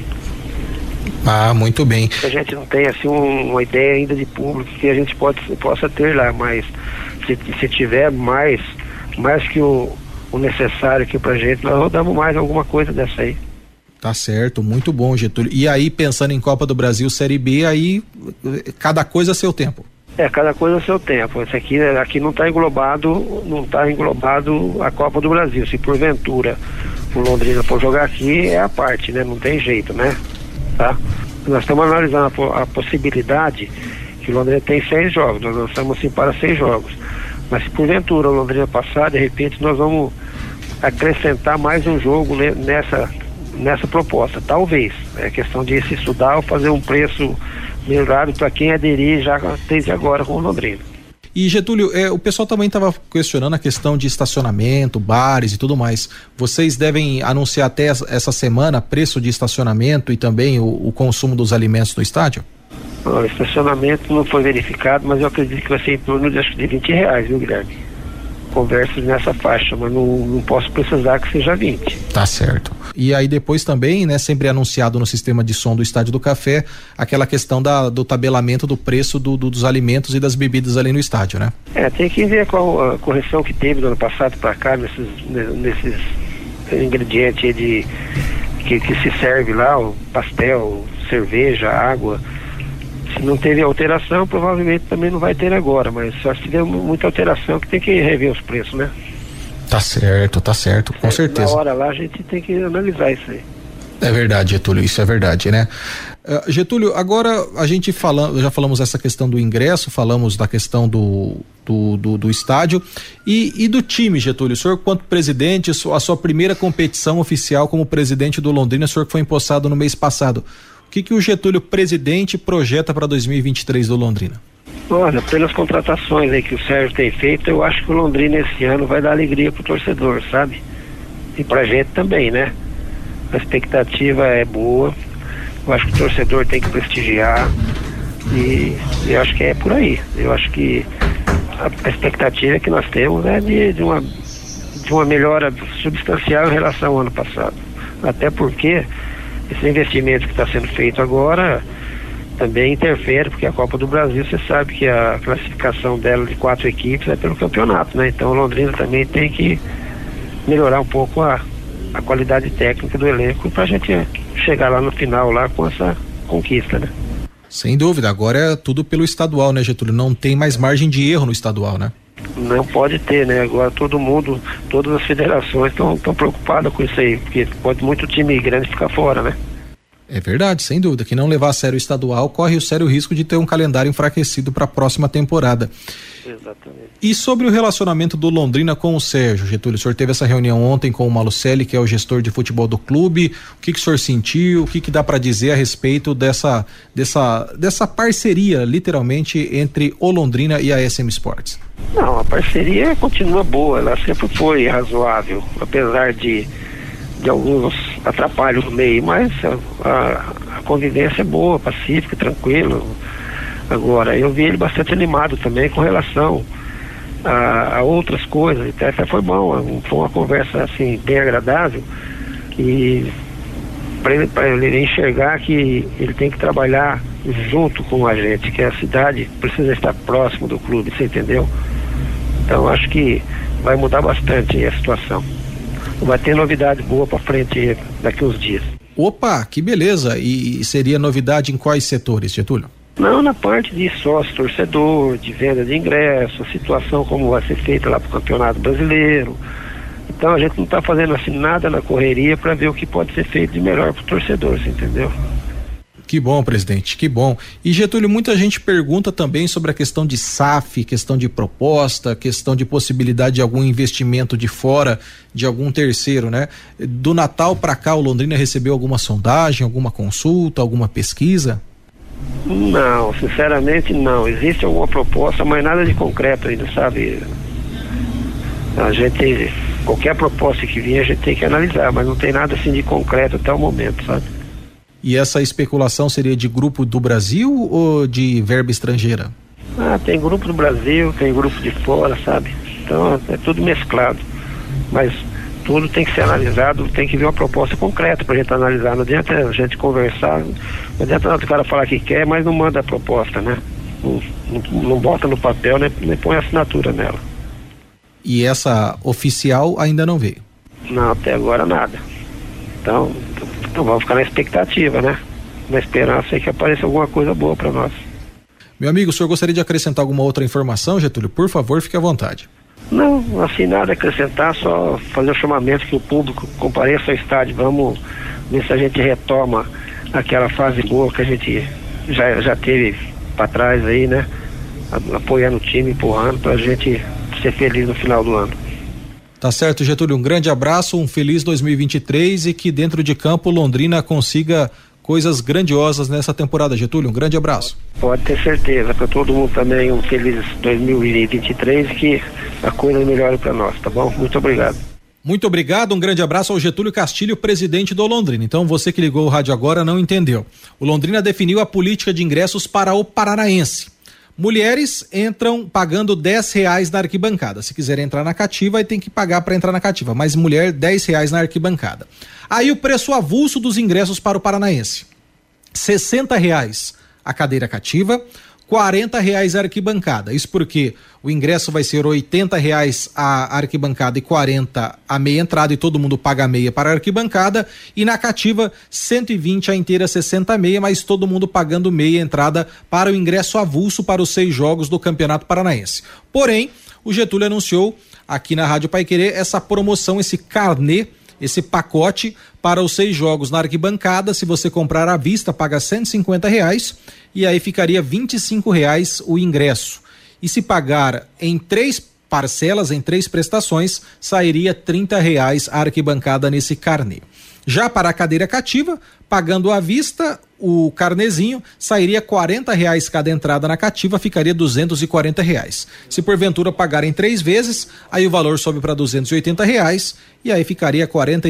Ah, muito bem.
A gente não tem assim uma ideia ainda de público que a gente possa ter lá, mas se tiver mais que o necessário aqui pra gente, nós rodamos mais alguma coisa dessa aí.
Tá certo, muito bom, Getúlio. E aí, pensando em Copa do Brasil Série B, aí cada coisa a seu tempo.
Cada coisa a seu tempo. Esse aqui não está englobado a Copa do Brasil. Se porventura o Londrina for jogar aqui, é a parte, né? Não tem jeito, né? Tá? Nós estamos analisando a possibilidade que o Londrina tem 6 jogos. Nós lançamos assim para 6 jogos. Mas se porventura o Londrina passar, de repente nós vamos acrescentar mais um jogo nessa proposta. Talvez. É questão de se estudar ou fazer um preço melhorado para quem aderir já desde agora com o Londrina.
E Getúlio, o pessoal também estava questionando a questão de estacionamento, bares e tudo mais. Vocês devem anunciar até essa semana preço de estacionamento e também o consumo dos alimentos no estádio?
O estacionamento não foi verificado, mas eu acredito que vai ser em torno de R$20, viu, Guilherme? Conversas nessa faixa, mas não posso precisar que seja 20.
Tá certo. E aí depois também, né, sempre anunciado no sistema de som do Estádio do Café, aquela questão do tabelamento do preço dos alimentos e das bebidas ali no estádio, né?
Tem que ver qual a correção que teve do ano passado para cá nesses ingredientes aí que se serve lá, o pastel, cerveja, água. Se não teve alteração, provavelmente também não vai ter agora, mas só se tiver muita alteração que tem que rever os preços, né?
Tá certo, com certeza.
Na hora lá a gente tem que analisar isso aí.
É verdade, Getúlio, isso é verdade, né? Getúlio, agora a gente já falamos essa questão do ingresso, falamos da questão do estádio e do time, Getúlio. O senhor, quanto presidente, a sua primeira competição oficial como presidente do Londrina, o senhor que foi empossado no mês passado. O que o Getúlio, presidente, projeta para 2023 do Londrina?
Olha, pelas contratações aí que o Sérgio tem feito, eu acho que o Londrina esse ano vai dar alegria pro torcedor, sabe? E pra gente também, né? A expectativa é boa, eu acho que o torcedor tem que prestigiar e eu acho que é por aí. Eu acho que a expectativa que nós temos é de uma melhora substancial em relação ao ano passado. Até porque esse investimento que está sendo feito agora também interfere, porque a Copa do Brasil, você sabe que a classificação dela de 4 equipes é pelo campeonato, né? Então o Londrina também tem que melhorar um pouco a qualidade técnica do elenco para a gente chegar lá no final lá com essa conquista, né?
Sem dúvida, agora é tudo pelo estadual, né, Getúlio? Não tem mais margem de erro no estadual, né?
Não pode ter, né? Agora todo mundo, todas as federações estão preocupadas com isso aí, porque pode muito time grande ficar fora, né?
É verdade, sem dúvida. Quem não levar a sério o estadual corre o sério risco de ter um calendário enfraquecido para a próxima temporada.
Exatamente.
E sobre o relacionamento do Londrina com o Sérgio, Getúlio, o senhor teve essa reunião ontem com o Malucelli, que é o gestor de futebol do clube. O que o senhor sentiu? O que dá para dizer a respeito dessa parceria, literalmente, entre o Londrina e a SM Sports?
Não, a parceria continua boa, ela sempre foi razoável, apesar de alguns atrapalhos no meio, mas a convivência é boa, pacífica, tranquila. Agora, eu vi ele bastante animado também com relação a outras coisas, até foi bom, foi uma conversa assim, bem agradável, e para ele enxergar que ele tem que trabalhar junto com a gente, que a cidade precisa estar próximo do clube, você entendeu? Então acho que vai mudar bastante a situação. Vai ter novidade boa para frente daqui uns dias.
Opa, que beleza! E seria novidade em quais setores, Getúlio?
Não, na parte de sócio torcedor, de venda de ingresso, a situação como vai ser feita lá para o Campeonato Brasileiro. Então a gente não está fazendo assim nada na correria para ver o que pode ser feito de melhor para o torcedor, você entendeu?
Que bom, presidente, que bom. E Getúlio, muita gente pergunta também sobre a questão de SAF, questão de proposta, questão de possibilidade de algum investimento de fora, de algum terceiro, né? Do Natal para cá, o Londrina recebeu alguma sondagem, alguma consulta, alguma pesquisa?
Não, sinceramente não. Existe alguma proposta, mas nada de concreto ainda, sabe? Qualquer proposta que vier a gente tem que analisar, mas não tem nada assim de concreto até o momento, sabe?
E essa especulação seria de grupo do Brasil ou de verba estrangeira?
Tem grupo do Brasil, tem grupo de fora, sabe? Então é tudo mesclado. Mas tudo tem que ser analisado, tem que vir uma proposta concreta pra gente analisar. Não adianta a gente conversar, não adianta o cara falar que quer, mas não manda a proposta, né? Não bota no papel, nem põe assinatura nela.
E essa oficial ainda não veio?
Não, até agora nada. Então vamos ficar na expectativa, né? Na esperança que apareça alguma coisa boa para nós.
Meu amigo, o senhor gostaria de acrescentar alguma outra informação, Getúlio? Por favor, fique à vontade.
Não, assim, nada a acrescentar, só fazer o chamamento que o público compareça ao estádio. Vamos ver se a gente retoma aquela fase boa que a gente já teve para trás aí, né? Apoiando o time, empurrando, pra gente ser feliz no final do ano.
Tá certo, Getúlio, um grande abraço, um feliz 2023 e que dentro de campo Londrina consiga coisas grandiosas nessa temporada, Getúlio, um grande abraço.
Pode ter certeza, para todo mundo também um feliz 2023 e que a coisa melhore para nós, tá bom? Muito obrigado.
Muito obrigado, um grande abraço ao Getúlio Castilho, presidente do Londrina. Então você que ligou o rádio agora não entendeu. O Londrina definiu a política de ingressos para o Paranaense. Mulheres entram pagando R$10 na arquibancada. Se quiser entrar na cativa, aí tem que pagar para entrar na cativa. Mas mulher, R$10 na arquibancada. Aí o preço avulso dos ingressos para o Paranaense: R$60 a cadeira cativa, R$40 a arquibancada. Isso porque o ingresso vai ser R$80 a arquibancada e 40 a meia entrada, e todo mundo paga a meia para a arquibancada, e na cativa 120 a inteira, 60 a meia, mas todo mundo pagando meia entrada para o ingresso avulso para os 6 jogos do Campeonato Paranaense. Porém, o Getúlio anunciou aqui na Rádio Paiquerê essa promoção, esse carnê, esse pacote para os 6 jogos na arquibancada. Se você comprar à vista, paga R$150 e aí ficaria R$25 o ingresso. E se pagar em 3 parcelas, em 3 prestações, sairia R$30 a arquibancada nesse carnê. Já para a cadeira cativa, pagando à vista, o carnezinho sairia R$40 cada entrada na cativa, ficaria R$240. Se porventura pagar em 3 vezes, aí o valor sobe para R$280 e aí ficaria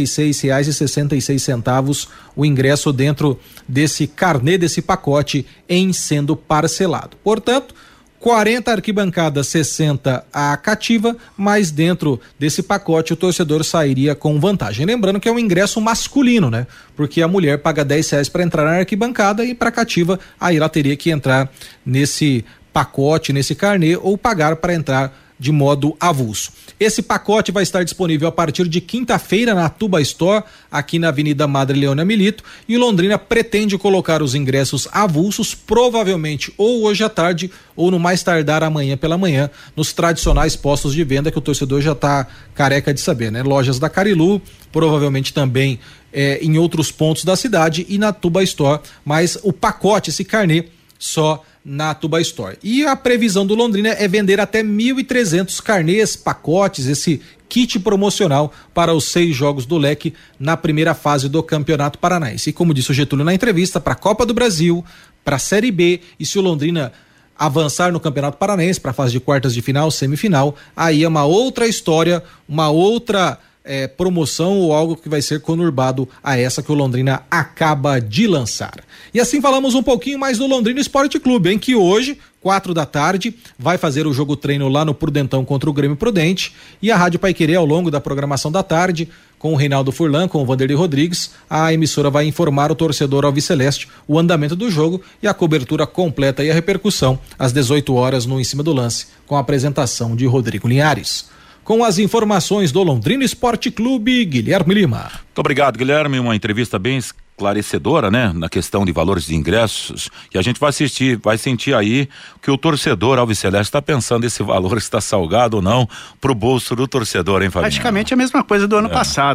R$46,66 o ingresso dentro desse carnê, desse pacote, em sendo parcelado. Portanto, 40 arquibancada, 60 a cativa, mas dentro desse pacote o torcedor sairia com vantagem. Lembrando que é um ingresso masculino, né? Porque a mulher paga R$10 para entrar na arquibancada e para cativa, aí ela teria que entrar nesse pacote, nesse carnê, ou pagar para entrar de modo avulso. Esse pacote vai estar disponível a partir de quinta-feira na Tuba Store, aqui na Avenida Madre Leônia Milito, e o Londrina pretende colocar os ingressos avulsos provavelmente ou hoje à tarde ou no mais tardar amanhã pela manhã, nos tradicionais postos de venda que o torcedor já está careca de saber, né? Lojas da Carilu, provavelmente também em outros pontos da cidade e na Tuba Store, mas o pacote, esse carnê, só na Tuba Store. E a previsão do Londrina é vender até 1.300 carnês, pacotes, esse kit promocional para os 6 jogos do Leque na primeira fase do Campeonato Paranaense. E como disse o Getúlio na entrevista, para a Copa do Brasil, para a Série B, e se o Londrina avançar no Campeonato Paranaense para a fase de quartas de final, semifinal, aí é uma outra história, uma outra promoção ou algo que vai ser conurbado a essa que o Londrina acaba de lançar. E assim falamos um pouquinho mais do Londrina Esporte Clube, em que hoje, 4 da tarde, vai fazer o jogo treino lá no Prudentão contra o Grêmio Prudente, e a Rádio Paiquerê, ao longo da programação da tarde, com o Reinaldo Furlan, com o Vanderlei Rodrigues, a emissora vai informar o torcedor alviceleste o andamento do jogo e a cobertura completa e a repercussão às 18 horas no Em Cima do Lance, com a apresentação de Rodrigo Linhares. Com as informações do Londrina Esporte Clube, Guilherme Lima.
Muito obrigado, Guilherme. Uma entrevista bem esclarecedora, né? Na questão de valores de ingressos. E a gente vai sentir aí que o torcedor alviceleste está pensando esse valor está salgado ou não pro bolso do torcedor, hein, Fabinho?
Praticamente a mesma coisa do ano passado, né?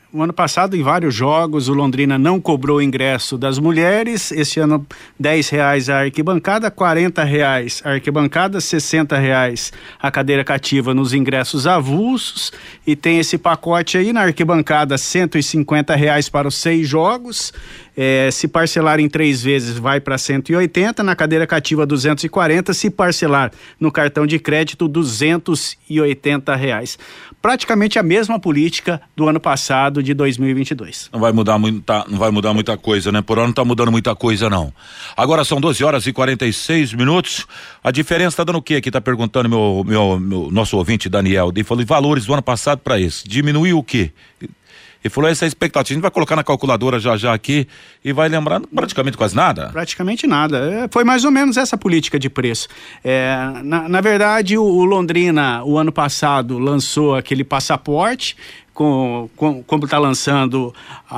O ano passado, em vários jogos, o Londrina não cobrou o ingresso das mulheres. Esse ano, R$10 a arquibancada, R$40 a arquibancada, R$60 a cadeira cativa nos ingressos avulsos. E tem esse pacote aí na arquibancada, R$150 para os 6 jogos. Se parcelar em 3 vezes, vai para 180, na cadeira cativa 240, se parcelar no cartão de crédito, R$280. Praticamente a mesma política do ano passado, de 2022.
Não vai mudar muita coisa, né? Por ano não tá mudando muita coisa, não. Agora são 12h46. A diferença tá dando o quê? Aqui tá perguntando meu nosso ouvinte Daniel. Ele falou, valores do ano passado para esse, diminuiu o quê? Ele falou, essa é a expectativa, a gente vai colocar na calculadora já aqui e vai lembrar praticamente quase nada.
Praticamente nada, foi mais ou menos essa política de preço. Na verdade, o Londrina, o ano passado, lançou aquele passaporte, como está lançando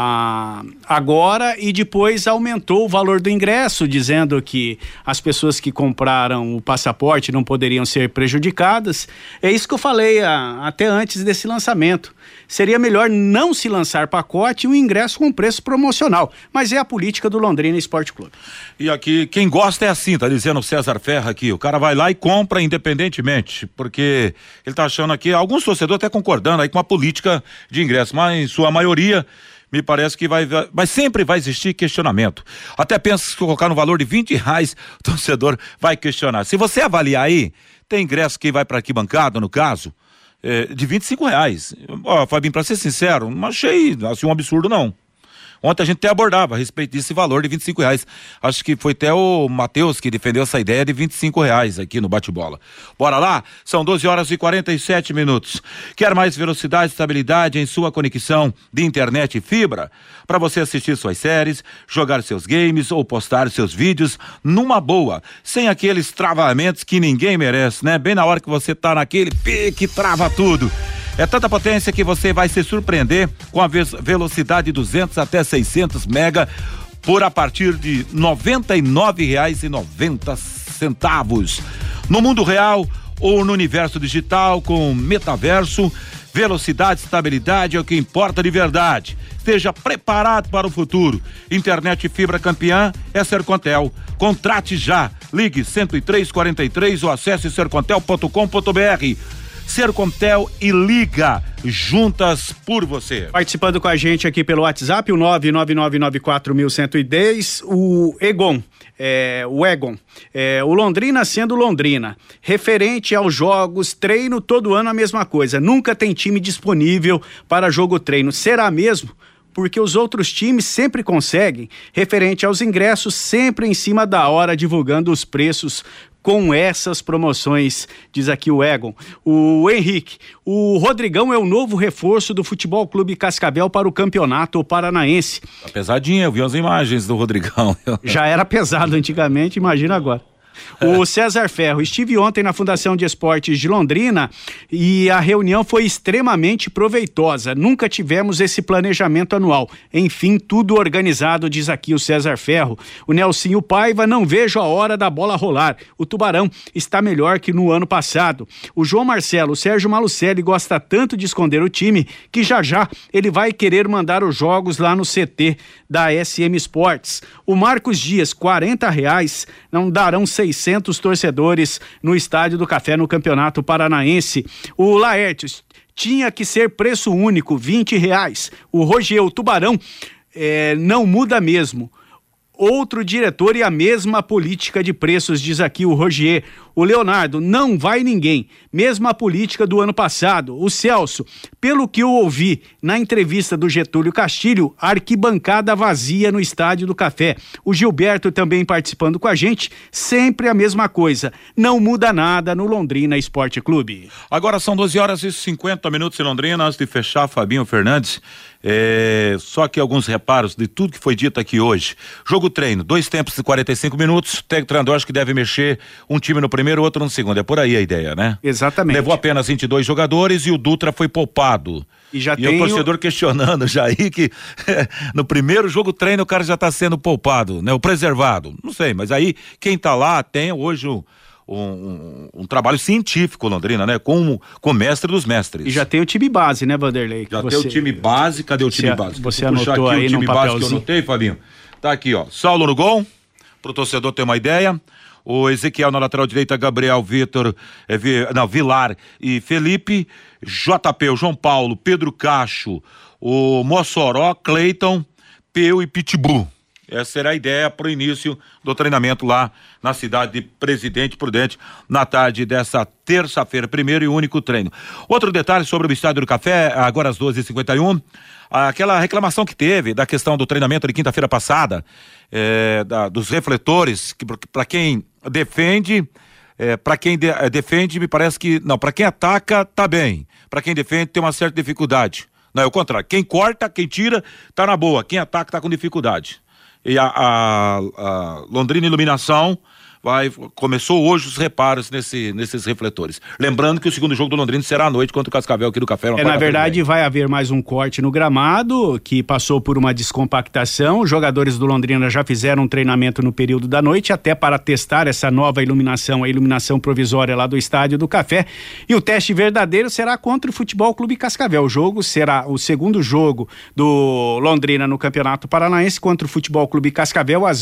agora, e depois aumentou o valor do ingresso, dizendo que as pessoas que compraram o passaporte não poderiam ser prejudicadas. É isso que eu falei até antes desse lançamento. Seria melhor não se lançar pacote e um ingresso com preço promocional, mas é a política do Londrina Esporte Clube.
E aqui, quem gosta é assim, tá dizendo o César Ferra aqui, o cara vai lá e compra independentemente, porque ele tá achando aqui, alguns torcedores até concordando aí com a política de ingresso, mas em sua maioria me parece que mas sempre vai existir questionamento. Até penso que colocar no valor de R$20, o torcedor vai questionar. Se você avaliar aí, tem ingresso que vai para arquibancada, no caso, de R$25. Fabinho, pra ser sincero, não achei assim um absurdo, não. Ontem a gente até abordava a respeito desse valor de R$25. Acho que foi até o Matheus que defendeu essa ideia de R$25 aqui no bate-bola. Bora lá? São 12h47. Quer mais velocidade e estabilidade em sua conexão de internet e fibra? Para você assistir suas séries, jogar seus games ou postar seus vídeos numa boa, sem aqueles travamentos que ninguém merece, né? Bem na hora que você tá naquele pique, trava tudo. É tanta potência que você vai se surpreender com a velocidade 200 até 600 mega por a partir de R$ 99,90. No mundo real ou no universo digital com metaverso, velocidade e estabilidade é o que importa de verdade. Esteja preparado para o futuro. Internet fibra campeã é Sercontel. Contrate já. Ligue 10343 ou acesse sercontel.com.br. Sercontel e Liga, juntas por você.
Participando com a gente aqui pelo WhatsApp, o 999941110, o Egon. O Londrina sendo Londrina, referente aos jogos, treino todo ano a mesma coisa, nunca tem time disponível para jogo treino, será mesmo? Porque os outros times sempre conseguem, referente aos ingressos, sempre em cima da hora, divulgando os preços com essas promoções, diz aqui o Egon. O Henrique, o Rodrigão é o novo reforço do Futebol Clube Cascavel para o Campeonato Paranaense.
Tá pesadinho, eu vi as imagens do Rodrigão.
Já era pesado antigamente, imagina agora. O César Ferro, estive ontem na Fundação de Esportes de Londrina e a reunião foi extremamente proveitosa, nunca tivemos esse planejamento anual, enfim, tudo organizado, diz aqui o César Ferro. O Nelsinho Paiva, não vejo a hora da bola rolar, o Tubarão está melhor que no ano passado. O João Marcelo, o Sérgio Malucelli gosta tanto de esconder o time que já ele vai querer mandar os jogos lá no CT da SM Sports. O Marcos Dias, R$40 não darão 600 torcedores no Estádio do Café no Campeonato Paranaense. O Laertes, tinha que ser preço único, R$20. O Roger, o Tubarão, não muda mesmo. Outro diretor e a mesma política de preços, diz aqui o Roger. O Leonardo, não vai ninguém, mesma política do ano passado. O Celso, pelo que eu ouvi na entrevista do Getúlio Castilho, arquibancada vazia no Estádio do Café. O Gilberto também participando com a gente, sempre a mesma coisa, não muda nada no Londrina Esporte Clube.
Agora são 12h50 em Londrina, antes de fechar, Fabinho Fernandes, só que alguns reparos de tudo que foi dito aqui hoje. Jogo treino, 2 tempos de 45 minutos, o treinador acho que deve mexer um time no primeiro, outro no segundo, é por aí a ideia, né?
Exatamente.
Levou apenas 22 jogadores e o Dutra foi poupado. E o torcedor questionando já aí que no primeiro jogo treino o cara já tá sendo poupado, né? O preservado, não sei, mas aí quem tá lá tem hoje um trabalho científico, Londrina, né? Com o mestre dos mestres.
E já tem o time base, né, Vanderlei?
Já tem o time base, cadê o time base?
Você anotou aí no papelzinho. O time base que eu anotei,
Fabinho. Tá aqui, ó. Saulo no gol, pro torcedor ter uma ideia. O Ezequiel na lateral direita, Gabriel, Vitor, Vilar e Felipe. JP, o João Paulo, Pedro Cacho, o Mossoró, Cleiton, Peu e Pitbull. Essa será a ideia para o início do treinamento lá na cidade de Presidente Prudente, na tarde dessa terça-feira, primeiro e único treino. Outro detalhe sobre o Estádio do Café, agora às 12h51, aquela reclamação que teve da questão do treinamento de quinta-feira passada, dos refletores, que para quem defende, defende, me parece que, não, para quem ataca, tá bem, para quem defende tem uma certa dificuldade. Não, é o contrário, quem corta, quem tira, tá na boa, quem ataca tá com dificuldade. E a Londrina Iluminação começou hoje os reparos nesses refletores. Lembrando que o segundo jogo do Londrina será à noite contra o Cascavel aqui do Café.
Na verdade, vai haver mais um corte no gramado, que passou por uma descompactação. Os jogadores do Londrina já fizeram um treinamento no período da noite, até para testar essa nova iluminação, a iluminação provisória lá do Estádio do Café. E o teste verdadeiro será contra o Futebol Clube Cascavel. O jogo será o segundo jogo do Londrina no Campeonato Paranaense contra o Futebol Clube Cascavel, às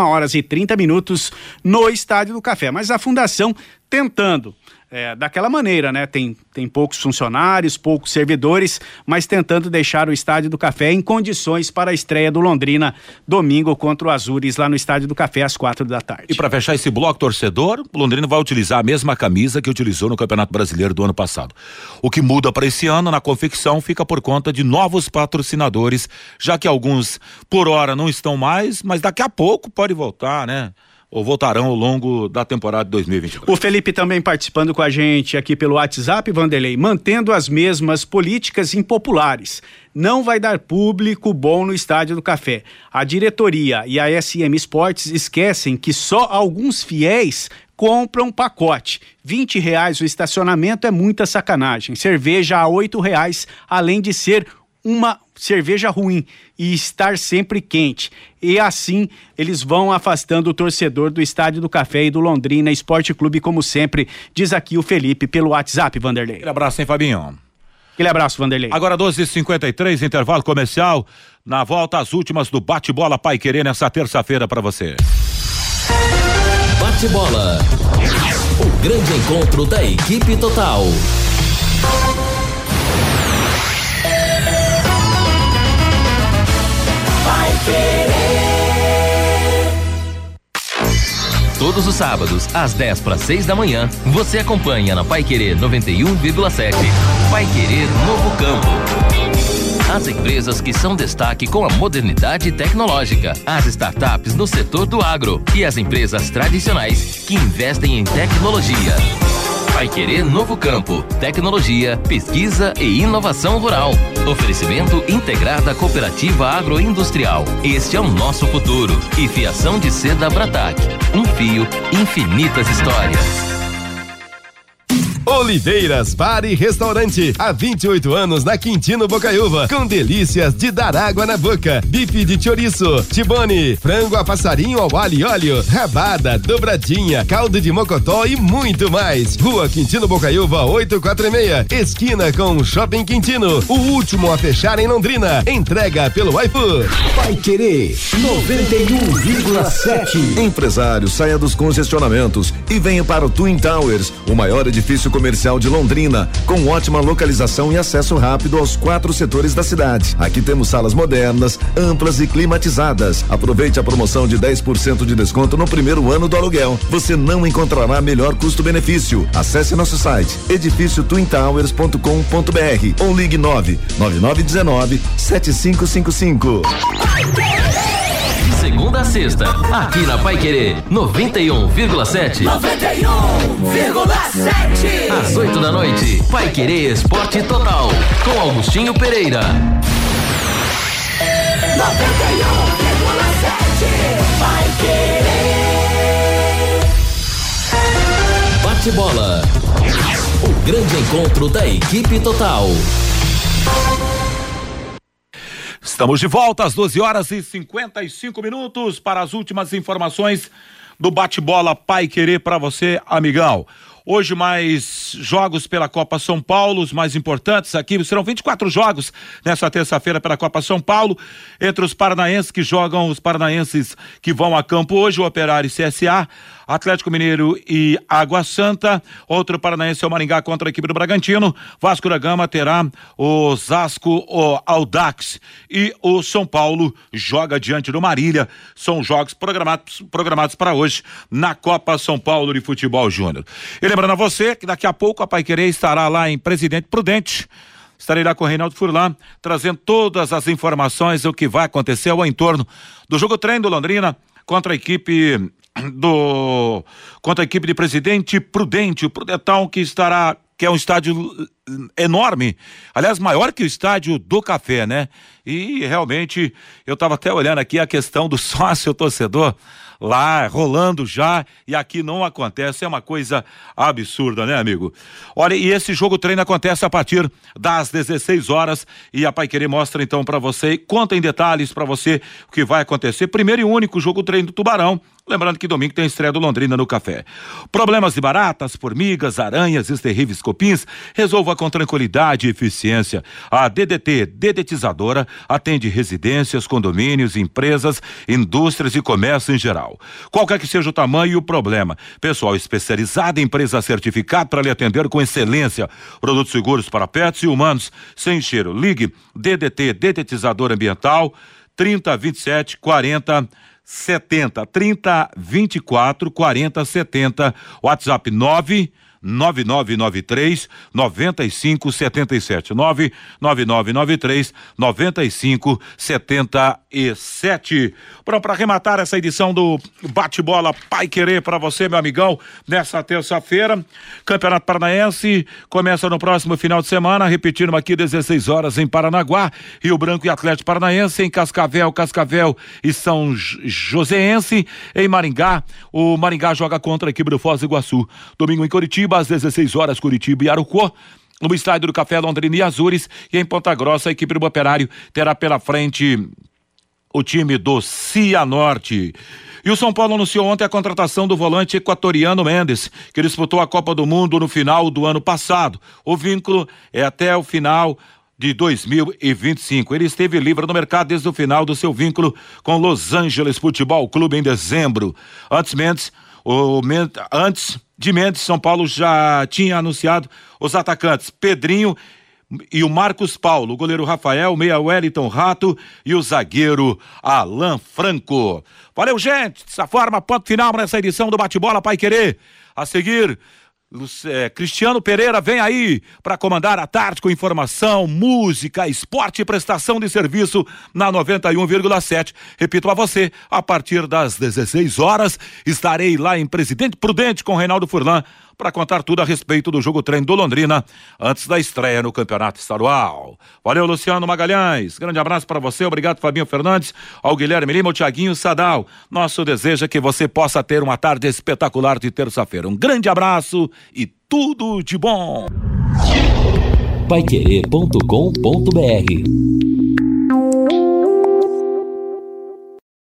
21h30 no Estádio do Café. Mas a fundação tentando daquela maneira, né? Tem poucos funcionários, poucos servidores, mas tentando deixar o Estádio do Café em condições para a estreia do Londrina domingo contra o Azures lá no Estádio do Café às 16h.
E para fechar esse bloco torcedor, o Londrina vai utilizar a mesma camisa que utilizou no Campeonato Brasileiro do ano passado. O que muda para esse ano na confecção fica por conta de novos patrocinadores, já que alguns por hora não estão mais, mas daqui a pouco pode voltar, né? Ou voltarão ao longo da temporada de 2023.
O Felipe também participando com a gente aqui pelo WhatsApp, Vanderlei, mantendo as mesmas políticas impopulares. Não vai dar público bom no Estádio do Café. A diretoria e a SM Esportes esquecem que só alguns fiéis compram pacote. R$20 o estacionamento é muita sacanagem. Cerveja a R$8, além de ser uma cerveja ruim e estar sempre quente. E assim eles vão afastando o torcedor do Estádio do Café e do Londrina Esporte Clube, como sempre, diz aqui o Felipe pelo WhatsApp, Vanderlei.
Aquele abraço, hein, Fabinho?
Aquele abraço, Vanderlei.
Agora 12h53, intervalo comercial. Na volta, as últimas do Bate-Bola Paiquerê nessa terça-feira para você.
Bate-Bola. O grande encontro da equipe total. Todos os sábados, às 5:50 da manhã, você acompanha na Paiquerê 91,7. Paiquerê Novo Campo. As empresas que são destaque com a modernidade tecnológica, as startups no setor do agro e as empresas tradicionais que investem em tecnologia. Paiquerê Novo Campo, tecnologia, pesquisa e inovação rural. Oferecimento Integrada Cooperativa Agroindustrial. Este é o nosso futuro. E fiação de seda Bratac. Um fio, infinitas histórias.
Oliveiras Bar e Restaurante, há 28 anos na Quintino Bocaiúva, com delícias de dar água na boca, bife de chouriço, tibone, frango a passarinho ao alho e óleo, rabada, dobradinha, caldo de mocotó e muito mais. Rua Quintino Bocaiúva 846, esquina com Shopping Quintino, o último a fechar em Londrina. Entrega pelo iFood.
Paiquerê 91,7.
Empresário, saia dos congestionamentos e venha para o Twin Towers, o maior edifício comercial de Londrina, com ótima localização e acesso rápido aos 4 setores da cidade. Aqui temos salas modernas, amplas e climatizadas. Aproveite a promoção de 10% de desconto no primeiro ano do aluguel. Você não encontrará melhor custo-benefício. Acesse nosso site edifíciotwintowers.com.br ou ligue 99919-7555.
Segunda a sexta, aqui na Paiquerê 91,7. 91,7. Às 8 da noite, Paiquerê Esporte Total, com Augustinho Pereira.
91,7. Paiquerê.
Bate-Bola. O grande encontro da equipe total.
Estamos de volta às 12h55 para as últimas informações do bate-bola Pai Querer para você, amigão. Hoje mais jogos pela Copa São Paulo, os mais importantes aqui, serão 24 jogos nessa terça-feira pela Copa São Paulo, entre os paranaenses que jogam, os paranaenses que vão a campo hoje, o Operário e CSA, Atlético Mineiro e Água Santa, outro paranaense é o Maringá contra a equipe do Bragantino, Vasco da Gama terá o Osasco, o Audax e o São Paulo joga diante do Marília, são jogos programados para hoje na Copa São Paulo de Futebol Júnior. E lembrando a você que daqui a pouco a Pai Querer estará lá em Presidente Prudente, estarei lá com o Reinaldo Furlan, trazendo todas as informações do que vai acontecer ao entorno do jogo treino do Londrina contra a equipe de Presidente Prudente, o Prudentão que é um estádio enorme, aliás, maior que o estádio do Café, né? E realmente, eu estava até olhando aqui a questão do sócio torcedor lá rolando já, e aqui não acontece, é uma coisa absurda, né, amigo? Olha, e esse jogo treino acontece a partir das 16 horas e a Pai Querer mostra então para você, conta em detalhes para você o que vai acontecer, primeiro e único jogo treino do Tubarão, lembrando que domingo tem a estreia do Londrina no Café. Problemas de baratas, formigas, aranhas, esses terríveis copins, resolva com tranquilidade e eficiência. A DDT, dedetizadora, atende residências, condomínios, empresas, indústrias e comércio em geral. Qualquer que seja o tamanho e o problema, pessoal especializado, empresa certificada para lhe atender com excelência. Produtos seguros para pets e humanos, sem cheiro. Ligue DDT, dedetizador ambiental, 3027 40 70, 3024 40 70, WhatsApp 99993 9577, 99993 9577. Pronto, para arrematar essa edição do Bate-Bola Pai Querer para você, meu amigão, nessa terça-feira, Campeonato Paranaense começa no próximo final de semana, repetindo aqui 16 horas em Paranaguá, Rio Branco e Atlético Paranaense, em Cascavel e São Joséense, em Maringá, o Maringá joga contra a equipe do Foz do Iguaçu, domingo em Curitiba, às 16 horas, Curitiba e Arucó, no estádio do Café Londrina e Azures, e em Ponta Grossa a equipe do Operário terá pela frente o time do Cianorte. E o São Paulo anunciou ontem a contratação do volante equatoriano Mendes, que disputou a Copa do Mundo no final do ano passado. O vínculo é até o final de 2025. Ele esteve livre no mercado desde o final do seu vínculo com Los Angeles Futebol Clube em dezembro. Antes de Mendes, São Paulo já tinha anunciado os atacantes Pedrinho e o Marcos Paulo, o goleiro Rafael, o meia Wellington Rato e o zagueiro Alan Franco. Valeu, gente, dessa forma, ponto final nessa edição do Bate-Bola Pai Querer. A seguir, Cristiano Pereira vem aí para comandar a tarde com informação, música, esporte e prestação de serviço na 91,7. Repito a você, a partir das 16 horas estarei lá em Presidente Prudente com Reinaldo Furlan para contar tudo a respeito do jogo treino do Londrina antes da estreia no Campeonato Estadual. Valeu, Luciano Magalhães, grande abraço para você, obrigado Fabinho Fernandes, ao Guilherme Lima, ao Thiaguinho Sadal. Nosso desejo é que você possa ter uma tarde espetacular de terça-feira. Um grande abraço e tudo de bom.
Paiquerê.com.br